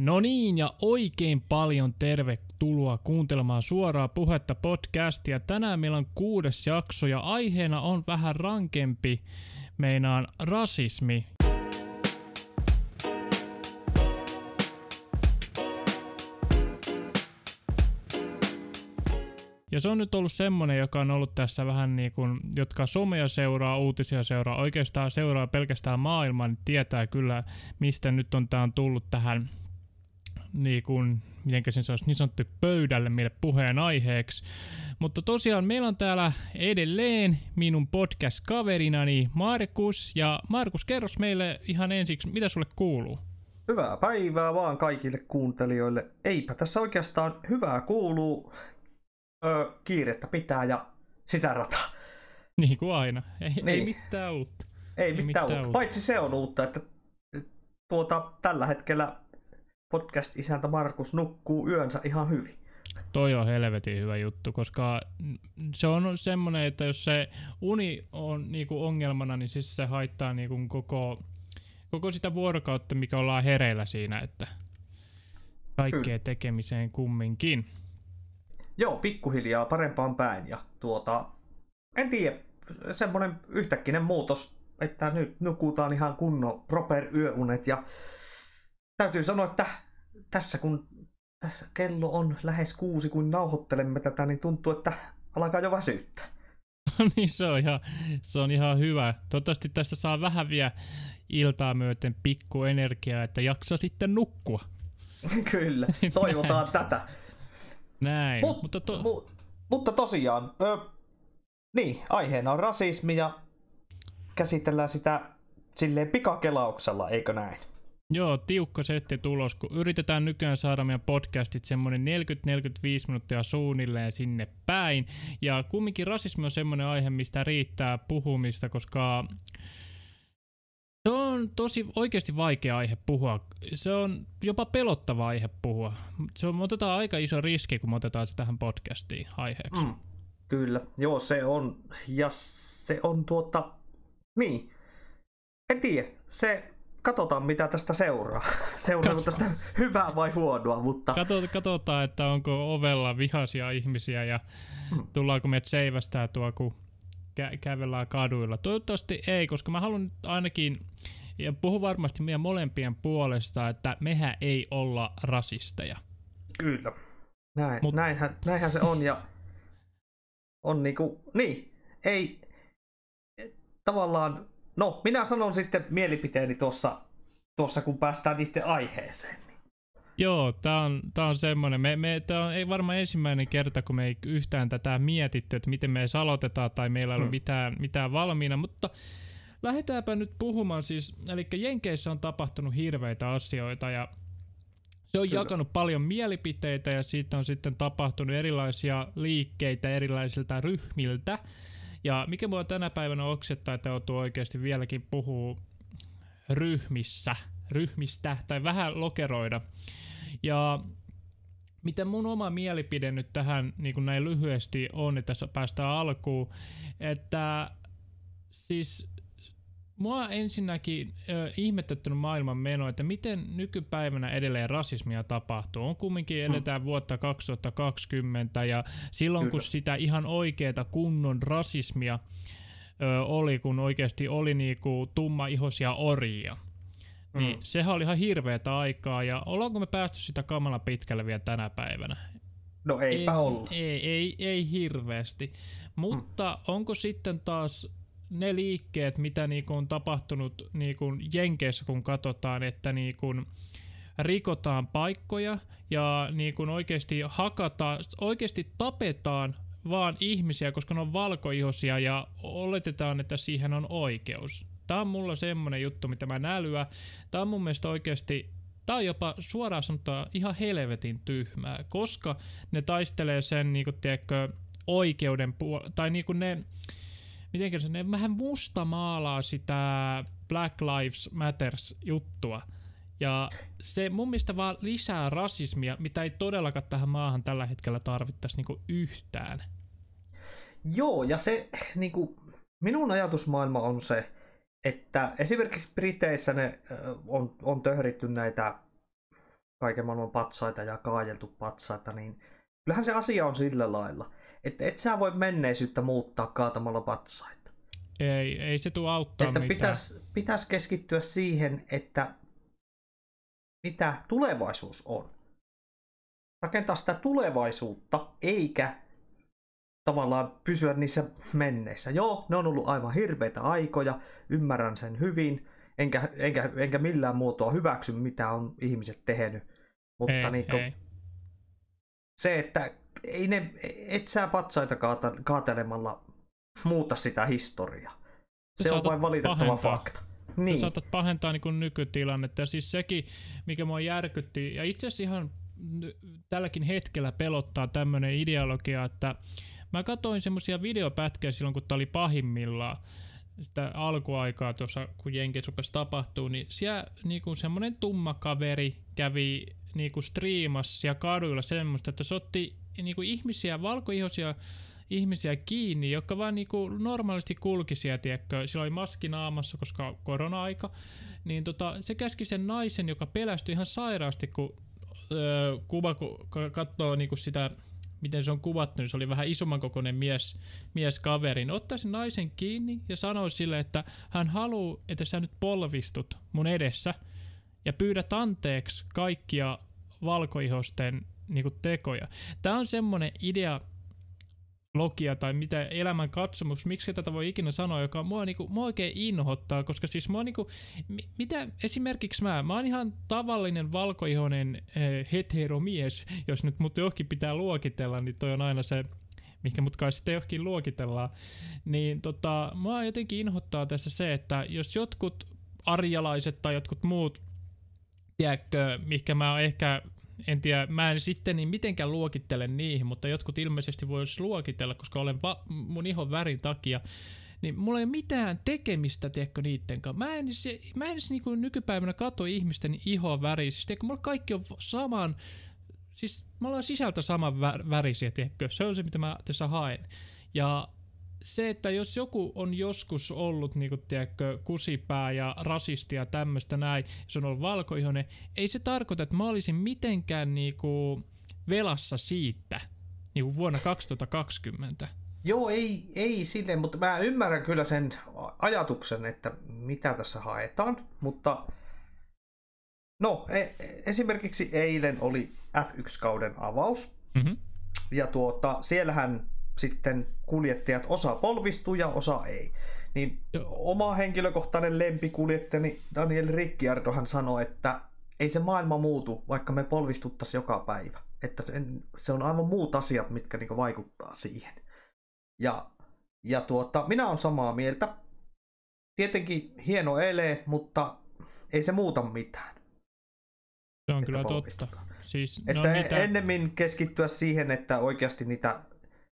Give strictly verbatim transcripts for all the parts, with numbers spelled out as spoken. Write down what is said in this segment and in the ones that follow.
No niin, ja oikein paljon tervetuloa kuuntelemaan Suoraa puhetta podcastia. Tänään meillä on kuudes jakso ja aiheena on vähän rankempi, meinaan rasismi. Ja se on nyt ollut semmonen, joka on ollut tässä vähän niin kuin, jotka somea seuraa, uutisia seuraa, oikeastaan seuraa pelkästään maailmaa, niin tietää kyllä, mistä nyt on tää on tullut tähän niin kuin, mitenkä sen se olisi niin sanottu pöydälle meille puheen aiheeksi. Mutta tosiaan meillä on täällä edelleen minun podcast-kaverinani Markus, ja Markus, kerros meille ihan ensiksi, mitä sulle kuuluu? Hyvää päivää vaan kaikille kuuntelijoille. Eipä tässä oikeastaan hyvää kuuluu. Öö, kiirettä pitää ja sitä rataa. Niin kuin aina. Ei, niin. ei mitään uutta. Ei, ei mitään, mitään uutta. uutta. Paitsi se on uutta, että tuota, tällä hetkellä podcast-isäntä Markus nukkuu yönsä ihan hyvin. Toi on helvetin hyvä juttu, koska se on semmoinen, että jos se uni on niinku ongelmana, niin siis se haittaa niinku koko, koko sitä vuorokautta, mikä ollaan hereillä siinä, että kaikkea tekemiseen kumminkin. Joo, pikkuhiljaa parempaan päin ja tuota, en tiedä, semmoinen yhtäkkinen muutos, että nyt nukutaan ihan kunnon proper yöunet ja täytyy sanoa, että tässä kun tässä kello on lähes kuusi, kun nauhoittelemme tätä, niin tuntuu, että alkaa jo väsyttää. niin se on, ihan, se on ihan hyvä. Toivottavasti tästä saa vähän vielä iltaa myöten pikku energiaa, että jaksaa sitten nukkua. Kyllä, toivotaan tätä. Näin. Mut, mutta, to... mu, mutta tosiaan, ö, niin, aiheena on rasismi ja käsitellään sitä silleen pikakelauksella, eikö näin? Joo, tiukka setti tulos, kun yritetään nykyään saada meidän podcastit semmoinen neljäkymmentä neljäkymmentäviisi minuuttia suunnilleen sinne päin. Ja kumminkin rasismi on semmoinen aihe, mistä riittää puhumista, koska se on tosi oikeasti vaikea aihe puhua. Se on jopa pelottava aihe puhua. Se on, me otetaan aika iso riski, kun me otetaan se tähän podcastiin aiheeksi. Mm, kyllä, joo se on. Ja se on tuota, niin, en tiedä, se... Katsotaan, mitä tästä seuraa. Seuraako tästä hyvää vai huonoa, mutta... Katsotaan, että onko ovella vihaisia ihmisiä ja hmm. tullaanko meidät seivästää tuo, kun kä- kävellään kaduilla. Toivottavasti ei, koska mä haluan ainakin, ja puhun varmasti meidän molempien puolesta, että mehän ei olla rasisteja. Kyllä. Näin, Mut... näinhän, näinhän se on ja on niinku, niin, ei tavallaan... No, minä sanon sitten mielipiteeni tuossa, tuossa kun päästään itse aiheeseen. Joo, tää on, tää on semmonen. Me, me, tää on ei varmaan ensimmäinen kerta, kun me ei yhtään tätä mietitty, että miten me edes aloitetaan tai meillä ei ole hmm. mitään, mitään valmiina, mutta lähdetäänpä nyt puhumaan siis, eli Jenkeissä on tapahtunut hirveitä asioita ja se on Kyllä. jakanut paljon mielipiteitä ja siitä on sitten tapahtunut erilaisia liikkeitä erilaisilta ryhmiltä. Ja mikä mua tänä päivänä oksettaa, että joutuu oikeasti vieläkin puhua ryhmissä, ryhmistä tai vähän lokeroida. Ja miten mun oma mielipide nyt tähän niin kuin näin lyhyesti on, että tässä päästään alkuun, että siis mua ensinnäkin äh, ihmetyttänyt maailman meno, että miten nykypäivänä edelleen rasismia tapahtuu. On kumminkin eletään vuotta kaksituhattakaksikymmentä ja silloin Kyllä. kun sitä ihan oikeeta kunnon rasismia ö, oli, kun oikeasti oli niinku tummaihoisia orjia, mm. niin sehän oli ihan hirveätä aikaa ja ollaanko me päästy sitä kamala pitkälle vielä tänä päivänä? No eipä ei, ollut. Ei, ei, ei hirveästi, mutta mm. onko sitten taas ne liikkeet, mitä niinku on tapahtunut niinku Jenkeissä, kun katsotaan, että niinku rikotaan paikkoja ja niinku oikeasti hakataan, oikeasti tapetaan vaan ihmisiä, koska ne on valkoihoisia ja oletetaan, että siihen on oikeus. Tää on mulla semmonen juttu, mitä mä nälyä. Tää on mun mielestä oikeasti, tää on jopa suoraan sanottuna ihan helvetin tyhmää, koska ne taistelee sen niinku, tiedätkö, oikeuden puolella, tai niinku ne mitenkä se, ne vähän musta maalaa sitä Black Lives Matters juttua. Ja se mun mielestä vaan lisää rasismia, mitä ei todellakaan tähän maahan tällä hetkellä tarvittaisi niinku yhtään. Joo, ja se niinku, minun ajatusmaailma on se, että esimerkiksi Briteissä ne on, on töhritty näitä kaiken maailman patsaita ja kaajeltu patsaita, niin kyllähän se asia on sillä lailla, että et sä voi menneisyyttä muuttaa kaatamalla patsaita. Ei, ei se tule auttaa että mitään. Pitäisi pitäis keskittyä siihen, että mitä tulevaisuus on. Rakentaa sitä tulevaisuutta, eikä tavallaan pysyä niissä menneissä. Joo, ne on ollut aivan hirveitä aikoja, ymmärrän sen hyvin, enkä, enkä, enkä millään muotoa hyväksy, mitä on ihmiset tehnyt. Mutta ei, niin kuin, ei. se, että ei ne, et sä patsaita kaata, kaatelemalla muuta sitä historiaa. Se Sä on vain valitettava pahentaa. fakta. Niin. Sä saatat pahentaa niin kuin nykytilannetta. Ja siis sekin, mikä mua järkytti, ja itse asiassa ihan tälläkin hetkellä pelottaa tämmöinen ideologia, että mä katsoin semmosia videopätkiä silloin, kun tää oli pahimmillaan, sitä alkuaikaa tuossa, kun Jenkeissä rupesi tapahtuu, niin siellä niinku semmonen tumma kaveri kävi niinku striimassa ja kaduilla semmoista, että se otti niinku ihmisiä, valkoihoisia ihmisiä kiinni, jotka vaan niinku normaalisti kulki siellä, tiedätkö, sillä oli maski naamassa, koska korona-aika, niin tota, se käski sen naisen, joka pelästyi ihan sairaasti, kun öö, kuva, kun katsoo niinku sitä, miten se on kuvattu, niin se oli vähän isomman kokoinen mies, mies kaveri, niin ottaa sen naisen kiinni ja sanoi sille, että hän haluaa, että sä nyt polvistut mun edessä ja pyydät anteeksi kaikkia valkoihosten niinku tekoja. Tää on semmonen idea, logia tai mitä elämän katsomus, miksi tätä voi ikinä sanoa, joka mua, niinku, mua oikein inhottaa, koska siis mua niinku, mitä esimerkiksi mä, mä oon ihan tavallinen valkoihoinen äh, heteromies, jos nyt mut johonkin pitää luokitella, niin toi on aina se, mikä mut kai sitten johonkin luokitellaan, niin tota, mua jotenkin inhottaa tässä se, että jos jotkut arjalaiset tai jotkut muut, tiedätkö, mihinkä mä oon ehkä en tiedä, mä en sitten niin mitenkään luokittele niihin, mutta jotkut ilmeisesti voisi luokitella, koska olen va- mun ihon värin takia, niin mulla ei ole mitään tekemistä, tiedätkö, niitten kanssa. Mä en, se, mä en edes niin kuin nykypäivänä katso ihmisten ihon väriä, siis tiedätkö, mulla kaikki on saman, siis me ollaan sisältä saman vä- värisiä, tiedätkö, se on se, mitä mä tässä haen. Ja se, että jos joku on joskus ollut niinku, tiedätkö, kusipää ja rasisti ja tämmöistä näin, se on ollut valkoihoinen, ei se tarkoita, että mä olisin mitenkään niinku velassa siitä niinku vuonna kaksituhattakaksikymmentä. Joo, ei, ei silleen, mutta mä ymmärrän kyllä sen ajatuksen, että mitä tässä haetaan, mutta no, e- esimerkiksi eilen oli F yksi -kauden avaus, mm-hmm. ja tuota, siellähän sitten kuljettajat osa polvistuu ja osa ei. Niin oma henkilökohtainen lempikuljettajani Daniel Ricciardohan sanoi, että ei se maailma muutu, vaikka me polvistuttaisiin joka päivä. Että se on aivan muut asiat, mitkä niinku vaikuttaa siihen. Ja, ja tuota, minä olen samaa mieltä. Tietenkin hieno ele, mutta ei se muuta mitään. Se on kyllä totta. Siis, että no, niitä... ennemmin keskittyä siihen, että oikeasti niitä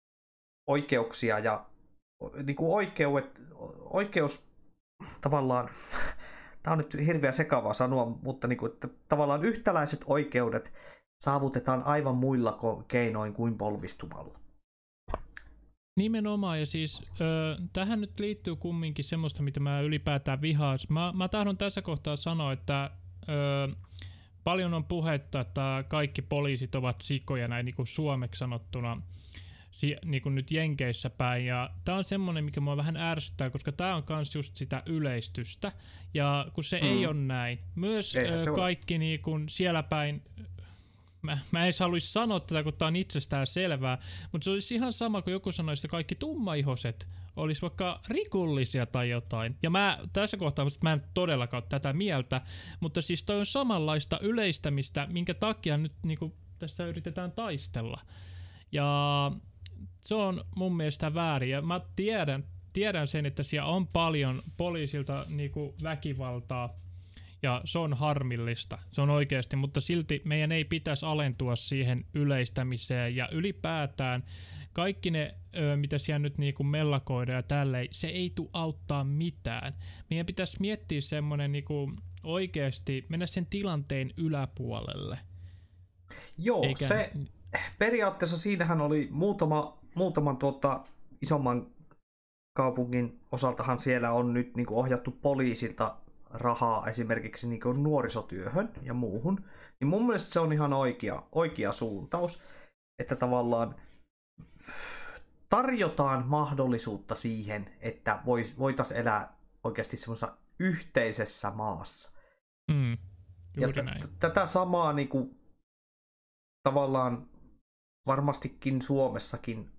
oikeuksia ja niin kuin oikeudet, oikeus tavallaan, tämä on nyt hirveän sekavaa sanoa, mutta niin kuin, että tavallaan yhtäläiset oikeudet saavutetaan aivan muilla keinoin kuin polvistumalla. Nimenomaan, ja siis ö, tähän nyt liittyy kumminkin semmoista, mitä mä ylipäätään vihaan. Mä, mä tahdon tässä kohtaa sanoa, että ö, paljon on puhetta, että kaikki poliisit ovat sikoja, näin niin kuin suomeksi sanottuna, niin kuin nyt Jenkeissä päin, ja tää on semmonen, mikä mua vähän ärsyttää, koska tää on kans just sitä yleistystä, ja kun se mm. ei ole näin, myös ö, kaikki niin kuin siellä päin, mä, mä en haluaisi sanoa tätä, kun tää on itsestään selvää, mutta se olisi ihan sama, kuin joku sanoisi, että kaikki tummaihoset olisi vaikka rikollisia tai jotain, ja mä tässä kohtaa mä en todellakaan ole tätä mieltä, mutta siis toi on samanlaista yleistämistä, minkä takia nyt niin kuin tässä yritetään taistella, ja se on mun mielestä väärin, ja mä tiedän, tiedän sen, että siellä on paljon poliisilta niinku väkivaltaa, ja se on harmillista, se on oikeasti, mutta silti meidän ei pitäisi alentua siihen yleistämiseen, ja ylipäätään kaikki ne, ö, mitä siellä nyt niinku mellakoidaan ja tälleen, se ei tule auttaa mitään. Meidän pitäisi miettiä semmoinen niinku oikeasti, mennä sen tilanteen yläpuolelle. Joo, Eikä... se... Periaatteessa siinähän oli muutama, muutaman tuota, isomman kaupungin osaltahan siellä on nyt niin kuin ohjattu poliisilta rahaa esimerkiksi niin kuin nuorisotyöhön ja muuhun. Niin mun mielestä se on ihan oikea, oikea suuntaus, että tavallaan tarjotaan mahdollisuutta siihen, että vois, voitaisiin elää oikeasti semmoisessa yhteisessä maassa. Mm, ja t- tätä samaa niin kuin, tavallaan varmastikin Suomessakin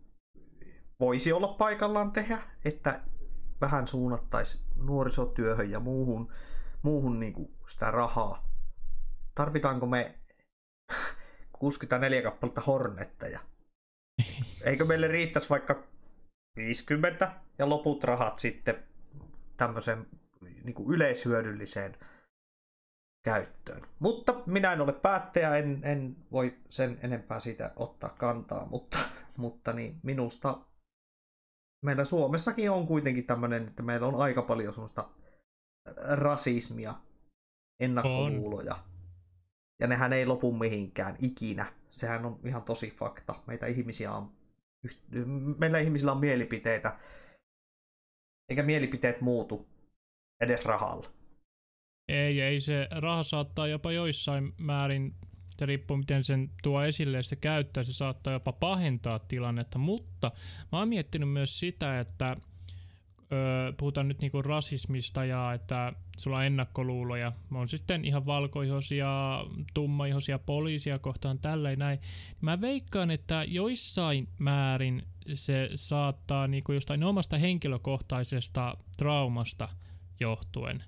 voisi olla paikallaan tehdä, että vähän suunnattaisiin nuorisotyöhön ja muuhun, muuhun niin kuin sitä rahaa. Tarvitaanko me kuusikymmentäneljä kappaletta Hornetteja? Eikö meille riittäisi vaikka viisikymmentä ja loput rahat sitten tämmöiseen niin kuin yleishyödylliseen käyttöön. Mutta minä en ole päättäjä, en, en voi sen enempää siitä ottaa kantaa, mutta, mutta niin minusta meillä Suomessakin on kuitenkin tämmöinen, että meillä on aika paljon semmoista rasismia, ennakkoluuloja. On. Ja nehän ei lopu mihinkään ikinä. Sehän on ihan tosi fakta. Meitä ihmisiä on, meillä ihmisillä on mielipiteitä, eikä mielipiteet muutu edes rahalla. Ei, ei se raha saattaa jopa joissain määrin, se riippuu miten sen tuo esille ja se käyttää, se saattaa jopa pahentaa tilannetta, mutta mä oon miettinyt myös sitä, että öö, puhutaan nyt niinku rasismista ja että sulla on ennakkoluuloja, on sitten ihan valkoihoisia, tummaihoisia poliisia kohtaan tälleen näin. Mä veikkaan, että joissain määrin se saattaa niinku jostain omasta henkilökohtaisesta traumasta johtuen.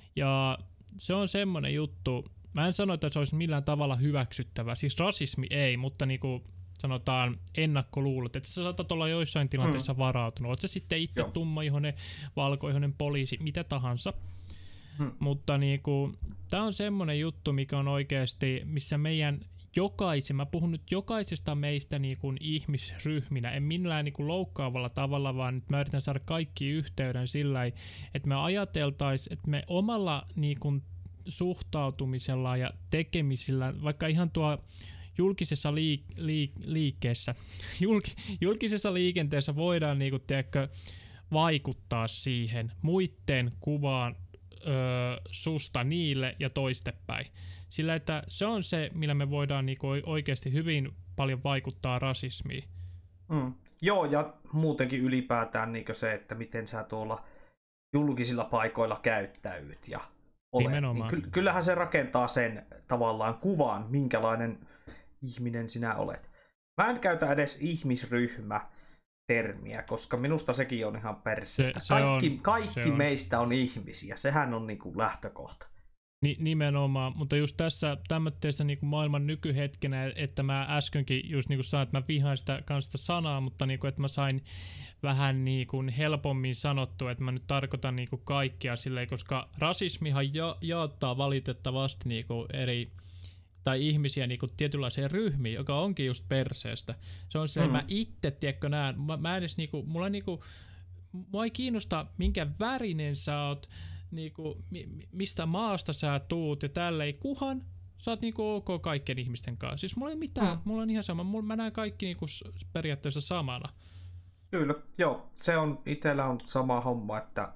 Ja se on semmoinen juttu, mä en sano, että se olisi millään tavalla hyväksyttävä, siis rasismi ei, mutta niinku sanotaan ennakkoluulot, että sä saatat olla joissain tilanteissa hmm. varautunut. Oot se sitten itse tummaihoinen, valkoihoinen poliisi, mitä tahansa. Hmm. Mutta niinku, tää on semmoinen juttu, mikä on oikeasti, missä meidän jokaisen, mä puhun nyt jokaisesta meistä niinku ihmisryhminä, en millään niinku loukkaavalla tavalla, vaan nyt mä yritän saada kaikki yhteyden sillä, että me ajateltais, että me omalla niinku suhtautumisella ja tekemisillä, vaikka ihan tuo julkisessa liik- liik- liikkeessä, julk- julkisessa liikenteessä voidaan niinku, tiedätkö, vaikuttaa siihen muitten kuvaan öö, susta niille ja toistepäin. Sillä että se on se, millä me voidaan niinku oikeasti hyvin paljon vaikuttaa rasismiin. Mm. Joo, ja muutenkin ylipäätään niinku se, että miten sä tuolla julkisilla paikoilla käyttäydyt ja olet. Niin ky- kyllähän se rakentaa sen tavallaan kuvan, minkälainen ihminen sinä olet. Mä en käytä edes ihmisryhmä termiä, koska minusta sekin on ihan perseestä. Se, se kaikki on, kaikki se meistä on ihmisiä, sehän on niinku lähtökohta. Ni, nimenomaan, mutta just tässä tämmöisessä niinku maailman nykyhetkenä, että mä äskenkin just niinku sanoin, että mä vihaan sitä kanssa sanaa, mutta niinku, että mä sain vähän niinku helpommin sanottua, että mä nyt tarkoitan niinku kaikkia silleen, koska rasismihan ja, jaottaa valitettavasti niinku eri tai ihmisiä niinku tietynlaiseen ryhmiin, joka onkin just perseestä. Se on silleen, mm-hmm. mä itse, tiedätkö, näen, mä, mä edes niinku, mulla niinku, mua ei kiinnosta, minkä värinen sä oot, niinku, mi, mistä maasta sä tuut ja tälleen, kuhan sä oot niinku ok kaikkien ihmisten kanssa. Siis mulla ei mitään, mm. mulla on ihan sama, mulla, mä näen kaikki niinku periaatteessa samana. Kyllä, joo, se on, itsellä on sama homma, että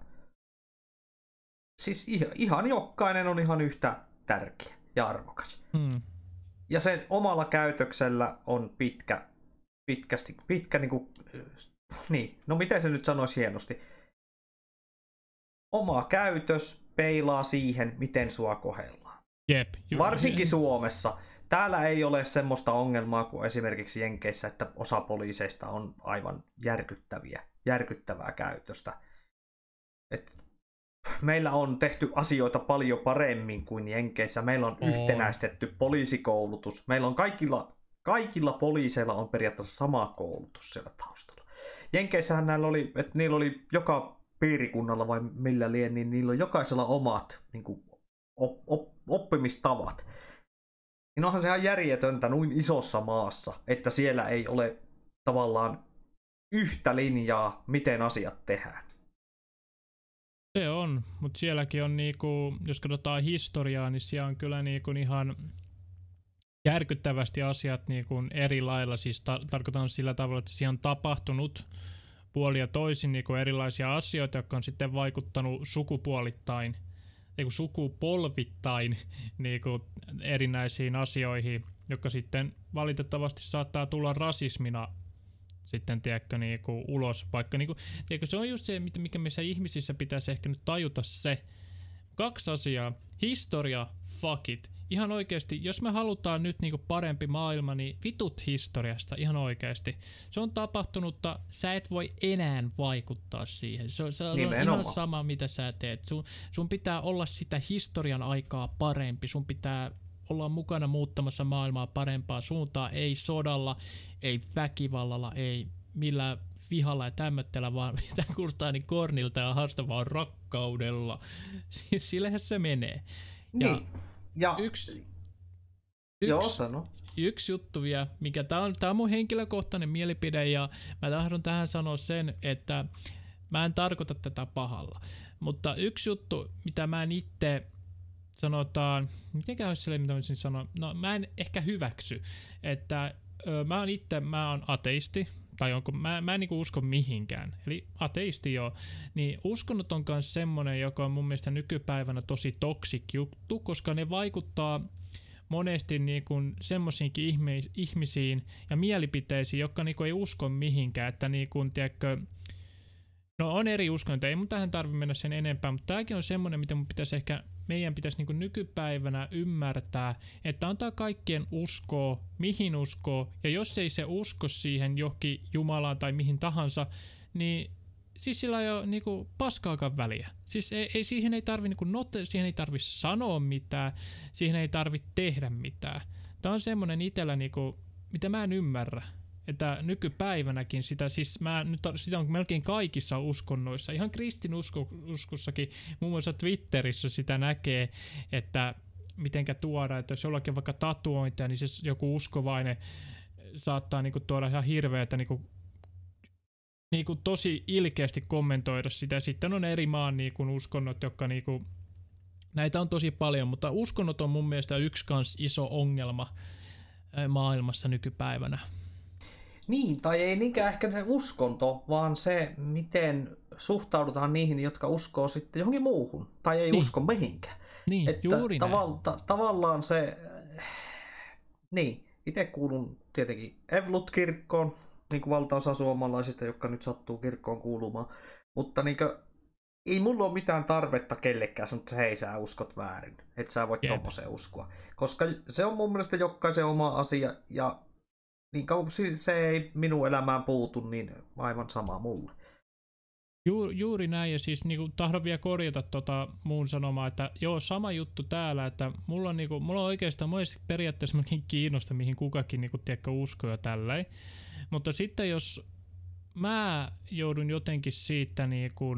siis ihan, ihan jokainen on ihan yhtä tärkeä ja arvokas. Hmm. Ja sen omalla käytöksellä on pitkä, pitkästi, pitkä niinku, niin, no miten se nyt sanoisi hienosti. Oma käytös peilaa siihen, miten sua kohdellaan. Jep. Ju- Varsinkin Suomessa. Täällä ei ole semmoista ongelmaa kuin esimerkiksi Jenkeissä, että osa poliiseista on aivan järkyttäviä, järkyttävää käytöstä. Et meillä on tehty asioita paljon paremmin kuin Jenkeissä. Meillä on oh. yhtenäistetty poliisikoulutus. Meillä on kaikilla, kaikilla poliiseilla on periaatteessa sama koulutus siellä taustalla. Jenkeissähän näillä oli, että niillä oli joka piirikunnalla vai millä lien, niin niillä on jokaisella omat niin kuin, op, op, oppimistavat. Niin onhan se ihan järjetöntä noin isossa maassa, että siellä ei ole tavallaan yhtä linjaa, miten asiat tehdään. Se on, mutta sielläkin on niinku, jos katsotaan historiaa, niin siellä on kyllä niinku ihan järkyttävästi asiat niinku eri lailla. Siis tar- tarkoitan sillä tavalla, että siellä on tapahtunut puoli ja toisin niinku erilaisia asioita, jotka on sitten vaikuttanut sukupuolittain niinku sukupolvittain niinku erinäisiin asioihin, jotka sitten valitettavasti saattaa tulla rasismina sitten, tiedätkö, niinku ulos. Vaikka niinku, tiedätkö, se on just se, mikä meissä ihmisissä pitäisi ehkä nyt tajuta se. Kaksi asiaa. Historia, fuck it. Ihan oikeesti, jos me halutaan nyt niinku parempi maailma, niin vitut historiasta, ihan oikeesti. Se on tapahtunutta, sä et voi enää vaikuttaa siihen. Se, se on ihan sama, mitä sä teet. Sun, sun pitää olla sitä historian aikaa parempi, sun pitää olla mukana muuttamassa maailmaa parempaa suuntaan, ei sodalla, ei väkivallalla, ei millään vihalla ja tämmöttellä, vaan mitä kuulostaa niin kornilta ja haastavaa rakkaudella. Siis sillehän se menee. Ja, niin. ja yksi, yksi, joo, sano. yksi juttu vielä, mikä tää on, tää on mun henkilökohtainen mielipide, ja mä tahdon tähän sanoa sen, että mä en tarkoita tätä pahalla. Mutta yksi juttu, mitä mä en itse sanotaan, mitenkä olisi sille, mitä voisin sanoa, no mä en ehkä hyväksy, että ö, mä oon itse, mä oon ateisti, tai onko, mä, mä en niinku usko mihinkään, eli ateisti joo, niin uskonnot on myös semmonen, joka on mun mielestä nykypäivänä tosi toksik juttu, koska ne vaikuttaa monesti niinku semmoisiinkin ihme, ihmisiin ja mielipiteisiin, jotka niinku ei usko mihinkään, että niinku, tiedätkö, no on eri uskonnot, ei mun tähän tarvitse mennä sen enempää, mutta tämäkin on semmoinen, mitä mun pitäisi ehkä, meidän pitäisi niin kuin nykypäivänä ymmärtää, että antaa kaikkien uskoa, mihin uskoo, ja jos ei se usko siihen johonkin Jumalaan tai mihin tahansa, niin siis sillä ei ole niin kuin paskaakaan väliä. Siis ei, ei, siihen ei tarvi niin kuin note, siihen ei tarvi sanoa mitään, siihen ei tarvi tehdä mitään. Tämä on semmoinen itsellä, niin kuin, mitä mä en ymmärrä. Että nykypäivänäkin sitä, siis mä, nyt, sitä on melkein kaikissa uskonnoissa, ihan kristinuskossakin, muun muassa Twitterissä sitä näkee, että mitenkä tuoda, että jos jollakin on vaikka tatuointia, niin se joku uskovainen saattaa niinku tuoda ihan hirveätä niinku, niinku tosi ilkeästi kommentoida sitä. Sitten on eri maan niinku uskonnot, jotka niinku, näitä on tosi paljon, mutta uskonnot on mun mielestä yksi kans iso ongelma maailmassa nykypäivänä. Niin, tai ei niinkään ehkä se uskonto, vaan se, miten suhtaudutaan niihin, jotka uskoo sitten johonkin muuhun, tai ei niin. usko mihinkään. Niin, että juuri taval- ta- tavallaan se, niin, itse kuulun tietenkin Evankelisluterilainen-kirkkoon, niin kuin valtaosa suomalaisista, jotka nyt sattuu kirkkoon kuulumaan, mutta niin kuin, ei mulla ole mitään tarvetta kellekään sanoa, että hei, sä uskot väärin, että sä voit tommoseen uskoa, koska se on mun mielestä jokaisen oma asia, ja niin kauan kuin se ei minun elämään puutu, niin aivan sama mulle. Ju, juuri näin, ja siis niinku, tahdon vielä korjata tota muun sanomaa, että joo, sama juttu täällä, että mulla on, niinku, mulla on oikeastaan, mulla ei periaatteessa melkein kiinnosta, mihin kukakin niinku, tiedätkö, uskoo ja tälleen. Mutta sitten jos mä joudun jotenkin siitä, niinku,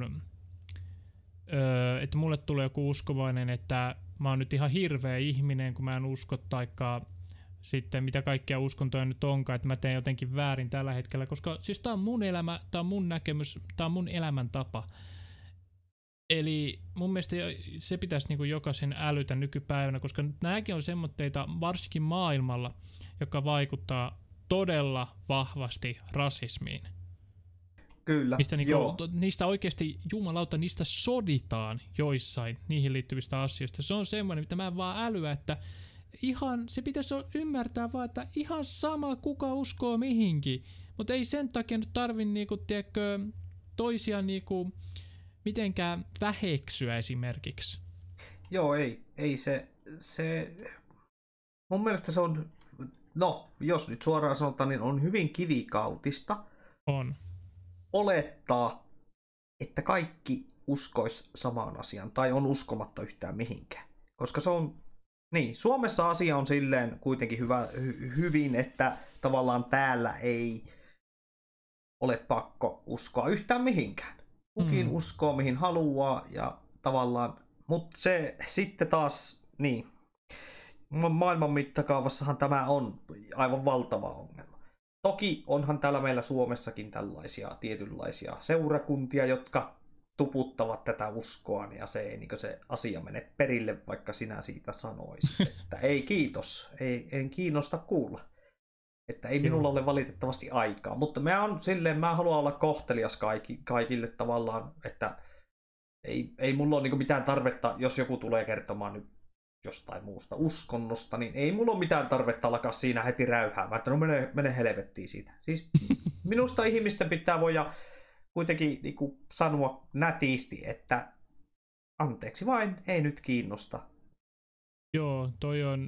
öö, että mulle tulee joku uskovainen, että mä oon nyt ihan hirveä ihminen, kun mä en usko, taikka sitten mitä kaikkia uskontoja nyt onkaan, että mä teen jotenkin väärin tällä hetkellä, koska siis tää on mun elämä, tää on mun näkemys, tää on mun elämäntapa. Eli mun mielestä se pitäisi niinku jokaisen älytä nykypäivänä, koska nämäkin on semmoitteita varsinkin maailmalla, joka vaikuttaa todella vahvasti rasismiin. Kyllä, Mistä niinku, joo. Niistä oikeasti, jumalauta, niistä soditaan joissain niihin liittyvistä asioista. Se on semmoinen, mitä mä en vaan älyä, että ihan, se pitäisi ymmärtää vaan, että ihan sama kuka uskoo mihinkin, mutta ei sen takia nyt tarvi niinku, tiedätkö, toisia niinku, mitenkään väheksyä esimerkiksi. Joo, ei, ei se, se, mun mielestä se on, no, jos nyt suoraan sanotaan, niin on hyvin kivikautista. On. Olettaa, että kaikki uskois samaan asiaan, tai on uskomatta yhtään mihinkään, koska se on niin, Suomessa asia on silleen kuitenkin hyvä, hy, hyvin, että tavallaan täällä ei ole pakko uskoa yhtään mihinkään. Kukin mm. uskoo mihin haluaa ja tavallaan, mutta se sitten taas, niin, maailman mittakaavassahan tämä on aivan valtava ongelma. Toki onhan täällä meillä Suomessakin tällaisia tietynlaisia seurakuntia, jotka tuputtavat tätä uskoa, ja se ei niin se asia mene perille, vaikka sinä siitä sanoisit, että ei kiitos, ei, en kiinnosta kuulla. Että ei minulla ole valitettavasti aikaa, mutta mä on silleen, mä haluan olla kohtelias kaikki, kaikille tavallaan, että ei, ei mulla ole niin mitään tarvetta, jos joku tulee kertomaan nyt jostain muusta uskonnosta, niin ei mulla ole mitään tarvetta alkaa siinä heti räyhäämään, että no mene, mene helvettiin siitä. Siis minusta ihmisten pitää voida kuitenkin niin kuin sanoa nätisti, että anteeksi vain, ei nyt kiinnosta. Joo, toi on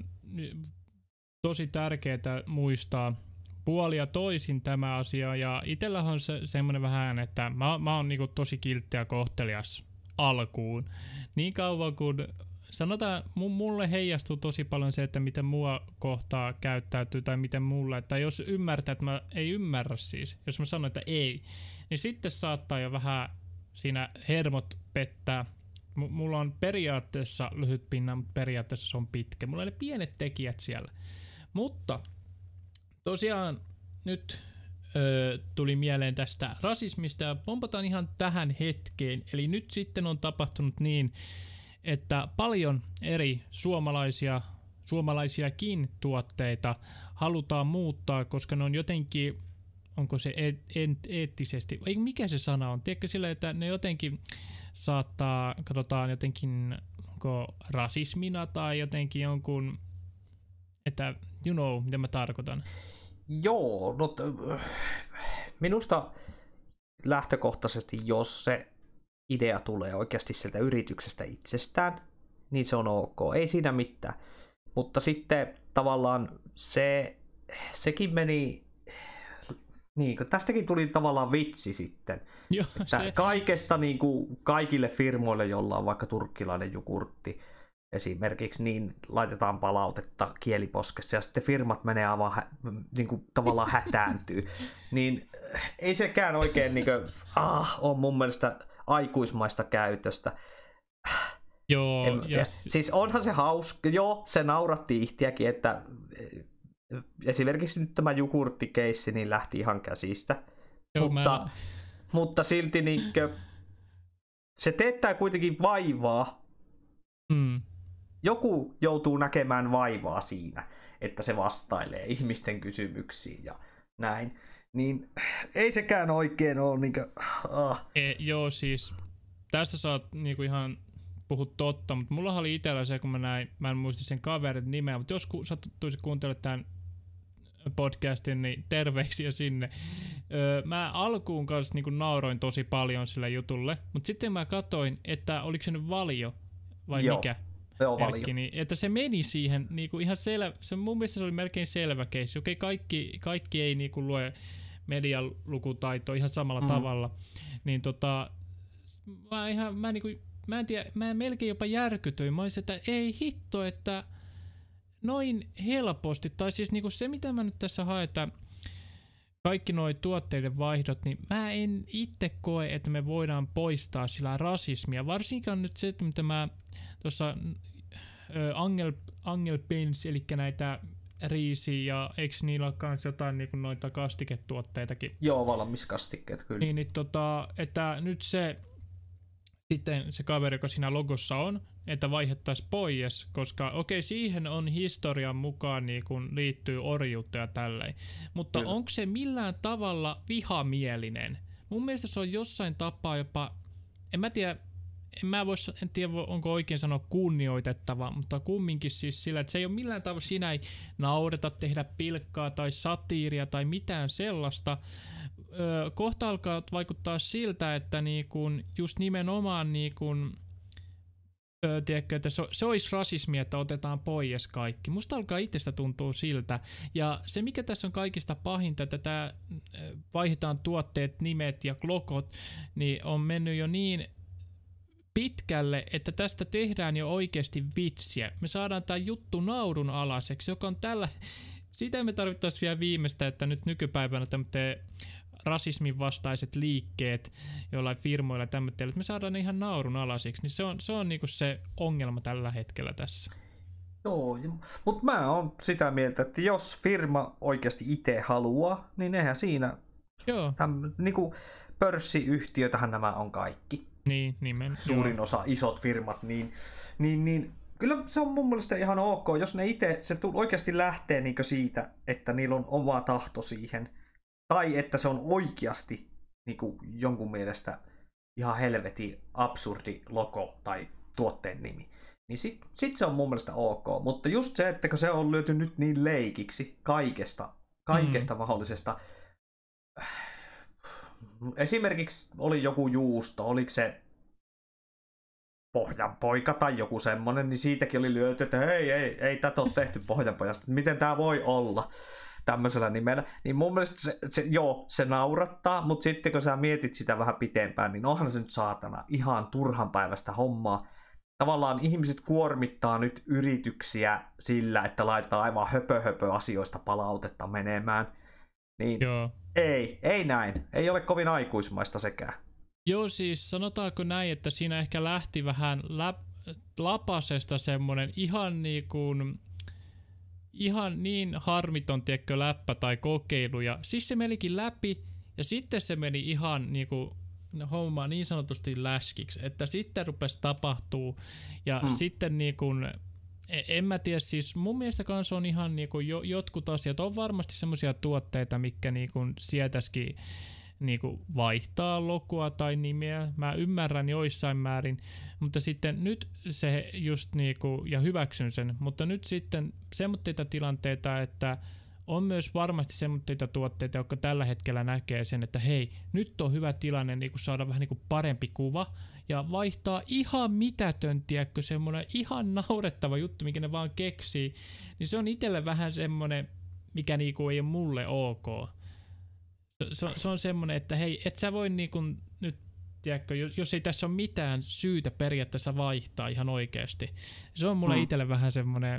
tosi tärkeää muistaa puoli ja toisin tämä asia, ja itsellähän on se, semmoinen vähän, että mä, mä oon niinku tosi kiltti ja kohtelias alkuun. Niin kauan kun sanotaan, mulle heijastuu tosi paljon se, että miten mua kohtaa käyttäytyy tai miten mulle, että jos ymmärtää, että mä ei ymmärrä siis, jos mä sanon, että ei, niin sitten saattaa jo vähän siinä hermot pettää. M- mulla on periaatteessa lyhyt pinna, mutta periaatteessa se on pitkä. Mulla on ne pienet tekijät siellä. Mutta tosiaan nyt ö, tuli mieleen tästä rasismista ja pompataan ihan tähän hetkeen. Eli nyt sitten on tapahtunut niin, että paljon eri suomalaisia, suomalaisiakin tuotteita halutaan muuttaa, koska ne on jotenkin, onko se e- e- eettisesti, ei mikä se sana on, tiedätkö sillä, että ne jotenkin saattaa, katsotaan jotenkin, onko rasismina tai jotenkin jonkun, että you know, mitä mä tarkoitan. Joo, no t- minusta lähtökohtaisesti, jos se idea tulee oikeasti sieltä yrityksestä itsestään, niin se on ok, ei siinä mitään. Mutta sitten tavallaan se, sekin meni, niin kuin tästäkin tuli tavallaan vitsi sitten. Joo, että se... kaikesta niin kuin kaikille firmoille, jolla on vaikka turkkilainen jogurtti esimerkiksi, niin laitetaan palautetta kieliposkessa ja sitten firmat menee aivan hä- niin kuin tavallaan hätääntyy. Niin ei sekään oikein niin kuin, ah, on mun mielestä aikuismaista käytöstä. Joo, en, ja, jos... siis onhan se hauska, joo, se nauratti ihtiäkin, että esimerkiksi nyt tämä jogurttikeissi niin lähti ihan käsistä, joo, mutta, mä... mutta silti niinkö, se teettää kuitenkin vaivaa. Mm. Joku joutuu näkemään vaivaa siinä, että se vastailee ihmisten kysymyksiin ja näin. Niin ei sekään oikein ole niinkö... Ah. E, joo, siis tässä saat niinku ihan puhut totta, mutta mulla oli itsellä se, kun mä näin, mä en muista sen kaverin nimeä, mutta jos ku, sattuisi kuuntelemaan tämän podcastin, niin terveisiä sinne. Öö, mä alkuun kanssa niinku nauroin tosi paljon sille jutulle, mutta sitten mä katsoin, että oliko se nyt Valio vai Joo. mikä? Joo, Erkki, niin, että se meni siihen niinku ihan selvä, se mun mielestä se oli melkein selvä keissi. Okei, kaikki, kaikki ei niinku lue medialukutaitoa ihan samalla mm. tavalla, niin tota, mä ihan, mä niinku, mä en tiedä, mä melkein jopa järkytyin. Mä olisin, että ei hitto, että noin helposti, tai siis niinku se mitä mä nyt tässä haen, että kaikki nuo tuotteiden vaihdot, niin mä en itse koe, että me voidaan poistaa sillä rasismia. Varsinkaan nyt se, mitä mä tuossa Angel, Angel Pins, eli näitä riisiä, ja eikö niillä ole kans jotain niin noita kastiketuotteitakin? Joo, valmiskastikkeet kyllä. Niin, niin tota, että nyt se sitten se kaveri, joka siinä logossa on, että vaihdettaisiin pois, koska okei, siihen on historian mukaan niin kun liittyy orjuutta ja tälleen. Mutta kyllä. Onko se millään tavalla vihamielinen? Mun mielestä se on jossain tapaa jopa, en mä tiedä, en mä vois, en tiedä onko oikein sanoa kunnioitettava, mutta kumminkin siis sillä, että se ei ole millään tavalla, siinä ei naureta tehdä pilkkaa tai satiiria tai mitään sellaista. Öö, kohta alkaa vaikuttaa siltä, että niinku just nimenomaan niinku, öö, tiedätkö, että se, se olisi rasismia, että otetaan pois kaikki. Musta alkaa itsestä tuntua siltä. Ja se mikä tässä on kaikista pahinta, että tää vaihdetaan tuotteet, nimet ja lokot, niin on mennyt jo niin pitkälle, että tästä tehdään jo oikeasti vitsiä. Me saadaan tää juttu naurun alaiseksi, joka on tällä, sitä me tarvittaisiin vielä viimeistä, että nyt nykypäivänä tämmöinen rasismin vastaiset liikkeet jollain firmoilla tämmöinen, että me saadaan ne ihan naurun alaiseksi, niin se on, se on niinku se ongelma tällä hetkellä tässä. Joo, mutta mä oon sitä mieltä, että jos firma oikeasti itse haluaa, niin eihän siinä, Joo. Täm, niinku pörssiyhtiötähän nämä on kaikki. Niin, nimen, suurin joo. osa isot firmat, niin, niin, niin kyllä se on mun mielestä ihan ok, jos ne itse, se oikeasti lähtee niin siitä, että niillä on oma tahto siihen, tai että se on oikeasti niin jonkun mielestä ihan helvetin absurdi logo tai tuotteen nimi. Niin sit, sit se on mun mielestä ok. Mutta just se, että kun se on lyöty nyt niin leikiksi kaikesta, kaikesta mm. mahdollisesta. Esimerkiksi oli joku juusto, oliko se Pohjanpoika tai joku semmonen, niin siitäkin oli lyöty, että hei, ei, ei tätä ole tehty Pohjanpojasta. Miten tämä voi olla tämmöisellä nimellä? Niin mun mielestä se, se, joo, se naurattaa, mutta sitten kun sä mietit sitä vähän pitempään, niin onhan se nyt saatana ihan turhanpäiväistä hommaa. Tavallaan ihmiset kuormittaa nyt yrityksiä sillä, että laitetaan aivan höpö höpö asioista palautetta menemään. Niin joo. ei, ei näin. Ei ole kovin aikuismaista sekään. Joo, siis sanotaanko näin, että siinä ehkä lähti vähän läp- lapasesta semmonen ihan niin kuin, ihan niin harmiton tiekkö läppä tai kokeilu. Ja siis se menikin läpi ja sitten se meni ihan niin kuin homma niin sanotusti läskiksi, että sitten rupesi tapahtuu ja hmm. sitten niin kuin, en mä tiedä, siis mun mielestä kanssa on ihan niin kuin jo, jotkut asiat, on varmasti semmoisia tuotteita, mitkä niin kuin sietäisikin niin kuin vaihtaa lokua tai nimeä, mä ymmärrän joissain määrin, mutta sitten nyt se just niin kuin, ja hyväksyn sen, mutta nyt sitten semmoitteita tilanteita, että on myös varmasti semmoitteita tuotteita, jotka tällä hetkellä näkee sen, että hei, nyt on hyvä tilanne niin kuin saada vähän niin kuin parempi kuva ja vaihtaa ihan mitätön, tiedätkö, semmoinen ihan naurettava juttu, mikä ne vaan keksii, niin se on itselle vähän semmoinen, mikä niin kuin ei ole mulle ok. Se, se on semmoinen, että hei, et sä voi niin kuin nyt, tiedätkö, jos ei tässä ole mitään syytä periaatteessa vaihtaa ihan oikeasti. Se on mulle hmm. itselle vähän semmoinen.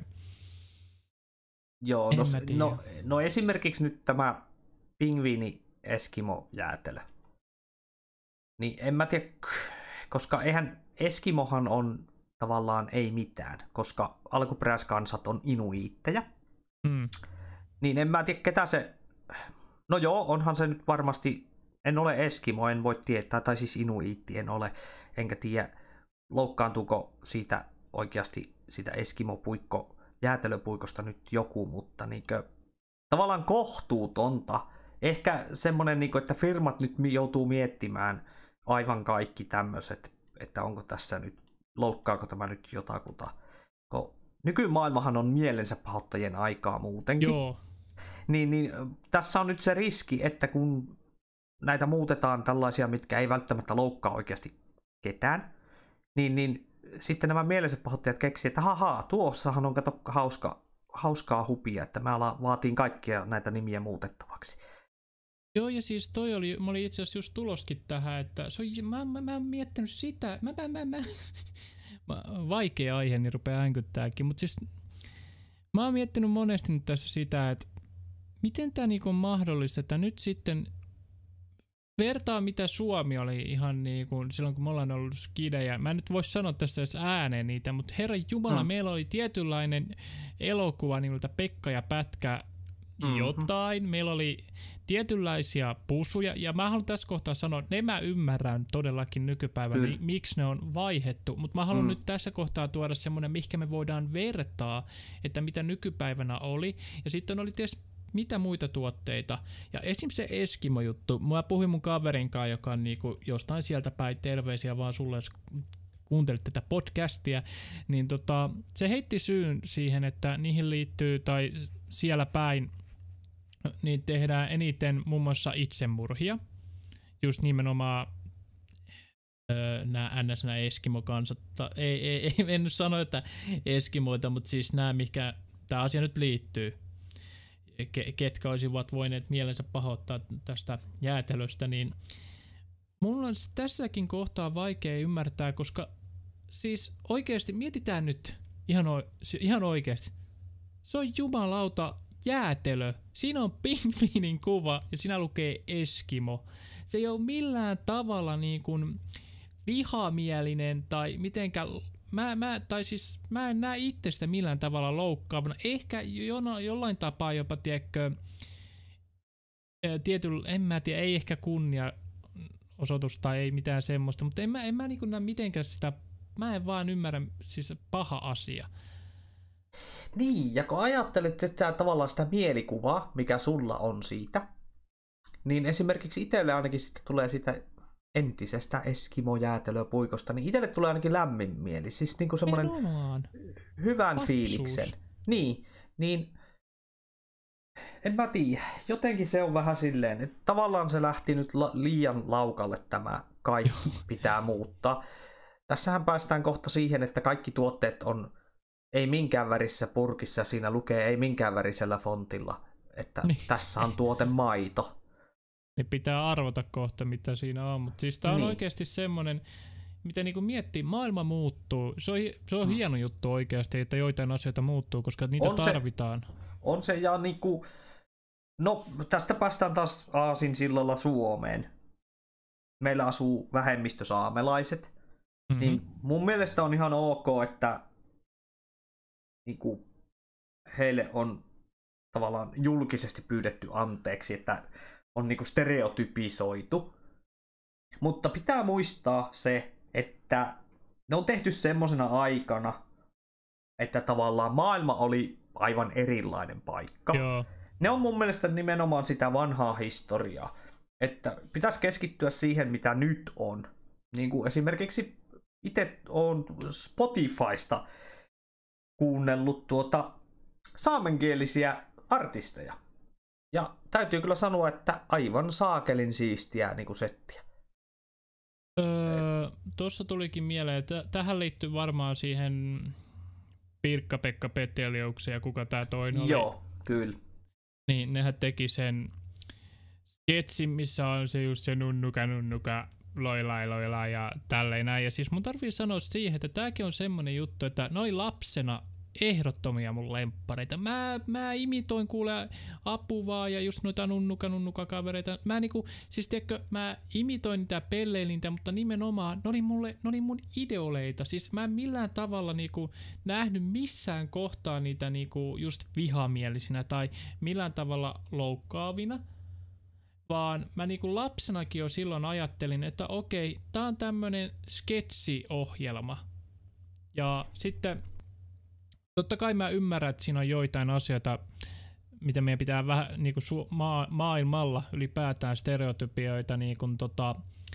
Joo, no, no, no esimerkiksi nyt tämä pingviini Eskimo-jäätelö. Niin en mä tiedä, koska eihän Eskimohan on tavallaan ei mitään, koska alkuperäiskansat on inuiitteja. Hmm. Niin en mä tiedä, ketä se. No joo, onhan se nyt varmasti, en ole Eskimo, en voi tietää, tai siis inuiitti en ole, enkä tiedä loukkaantuuko siitä oikeasti sitä Eskimo-puikko jäätelöpuikosta nyt joku, mutta niinkö, tavallaan kohtuutonta. Ehkä semmoinen, niinkö, että firmat nyt joutuu miettimään aivan kaikki tämmöiset, että onko tässä nyt, loukkaako tämä nyt jotakuta. Kun nykymaailmahan on mielensä pahoittajien aikaa muutenkin. Joo. Niin, niin tässä on nyt se riski, että kun näitä muutetaan tällaisia, mitkä ei välttämättä loukkaa oikeasti ketään, niin, niin sitten nämä mielensä pahoittajat keksivät, että haha, tuossahan on kato hauska, hauskaa hupia, että mä vaatiin kaikkia näitä nimiä muutettavaksi. Joo, ja siis toi oli, mä olin itse asiassa just tuloskin tähän, että se on, mä, mä, mä oon miettinyt sitä, mä, mä, mä, mä. vaikea aihe, niin rupeaa änkyttääkin, mutta siis mä oon miettinyt monesti nyt tässä sitä, että miten tää niinku on mahdollista, että nyt sitten vertaa mitä Suomi oli ihan niin kuin silloin kun me ollaan ollut skidejä. Mä en nyt voi sanoa tässä edes ääneen niitä, mutta herran jumala, mm. meillä oli tietynlainen elokuva nimeltä Pekka ja Pätkä mm-hmm. jotain. Meillä oli tietynlaisia pusuja ja mä haluan tässä kohtaa sanoa, että ne mä ymmärrän todellakin nykypäivänä, niin, miksi ne on vaihdettu, mutta mä haluan mm. nyt tässä kohtaa tuoda semmoinen, mihinkä me voidaan vertaa, että mitä nykypäivänä oli. Ja sitten oli tietysti mitä muita tuotteita. Ja esim. Se Eskimo-juttu. Mä puhuin mun kaverin kanssa, joka on niinku jostain sieltä päin, terveisiä vaan sulle, jos kuuntelit tätä podcastia, niin tota, se heitti syyn siihen, että niihin liittyy, tai siellä päin, niin tehdään eniten muun muassa itsemurhia. Just nimenomaan öö, nämä ns. Nämä Eskimo-kansat. Ei, ei, ei, en nyt sano, että Eskimoita, mutta siis nämä, mikä tämä asia nyt liittyy. Ketkä olisivat voineet mielensä pahoittaa tästä jäätelöstä, niin mulla on tässäkin kohtaa vaikea ymmärtää, koska siis oikeasti, mietitään nyt ihan, o- ihan oikeasti, se on jumalauta jäätelö, siinä on pingviinin kuva ja siinä lukee Eskimo. Se ei ole millään tavalla niin kuin vihamielinen tai mitenkään. Mä, mä, tai siis, mä en näe itsestä millään tavalla loukkaavana. Ehkä jo, jollain tapaa jopa, tiedätkö, tietyllä, en mä tiedä, ei ehkä kunnia osoitus tai ei mitään semmoista, mutta en mä, en mä niin näe mitenkään sitä, mä en vaan ymmärrä, siis paha asia. Niin, ja kun ajattelet sitä tavallaan sitä mielikuvaa, mikä sulla on siitä, niin esimerkiksi itselle ainakin sitten tulee sitä entisestä Eskimo-jäätelöpuikosta, niin itselle tulee ainakin lämmin mieli. Siis niinku semmoinen hyvän Patsuus. fiiliksen. Niin, niin en mä tiedä. Jotenkin se on vähän silleen, että tavallaan se lähti nyt la- liian laukalle tämä kaikki pitää muuttaa. Tässähän päästään kohta siihen, että kaikki tuotteet on ei minkään värissä purkissa, siinä lukee ei minkään värisellä fontilla, että niin. Tässä on tuote maito. Niin pitää arvota kohta, mitä siinä on, mutta siis tää on niin. oikeasti semmoinen, mitä niinku miettii, maailma muuttuu. Se on, se on hmm. hieno juttu oikeasti, että joitain asioita muuttuu, koska niitä on tarvitaan. Se, on se ja niinku, no tästä päästään taas aasinsillalla Suomeen. Meillä asuu vähemmistösaamelaiset, mm-hmm. niin mun mielestä on ihan ok, että niinku, heille on tavallaan julkisesti pyydetty anteeksi, että on niinku stereotypisoitu. Mutta pitää muistaa se, että ne on tehty semmosena aikana, että tavallaan maailma oli aivan erilainen paikka. Joo. Ne on mun mielestä nimenomaan sitä vanhaa historiaa. Että pitäisi keskittyä siihen, mitä nyt on. Niin kuin esimerkiksi itse olen Spotifysta kuunnellut tuota saamenkielisiä artisteja. Ja täytyy kyllä sanoa, että aivan saakelin siistiä niin kuin settiä. Öö, Tuossa tulikin mieleen, että tähän liittyy varmaan siihen Pirkka-Pekka Peteliuksen ja kuka tää toinen oli. Joo, kyllä. Niin, nehän teki sen sketsin, missä on se just se nunnuka nunnuka loilai loilai ja tälleen näin. Ja siis mun tarvii sanoa siihen, että tääkin on semmonen juttu, että ne oli lapsena ehdottomia mun lemppareita. Mä, mä imitoin kuule Apuvaa ja just noita nunnuka nunnuka kavereita. Mä niinku, siis tiedätkö, mä imitoin niitä pelleilintä, mutta nimenomaan ne oli mulle, ne oli mun ideoleita. Siis mä en millään tavalla niinku nähnyt missään kohtaa niitä niinku just vihamielisinä tai millään tavalla loukkaavina. Vaan mä niinku lapsenakin jo silloin ajattelin, että okei, tää on tämmönen sketsiohjelma. Ja sitten totta kai mä ymmärrän, että siinä on joitain asioita, mitä meidän pitää vähän niinku su- maa- maailmalla ylipäätään stereotypioita niinku, tota,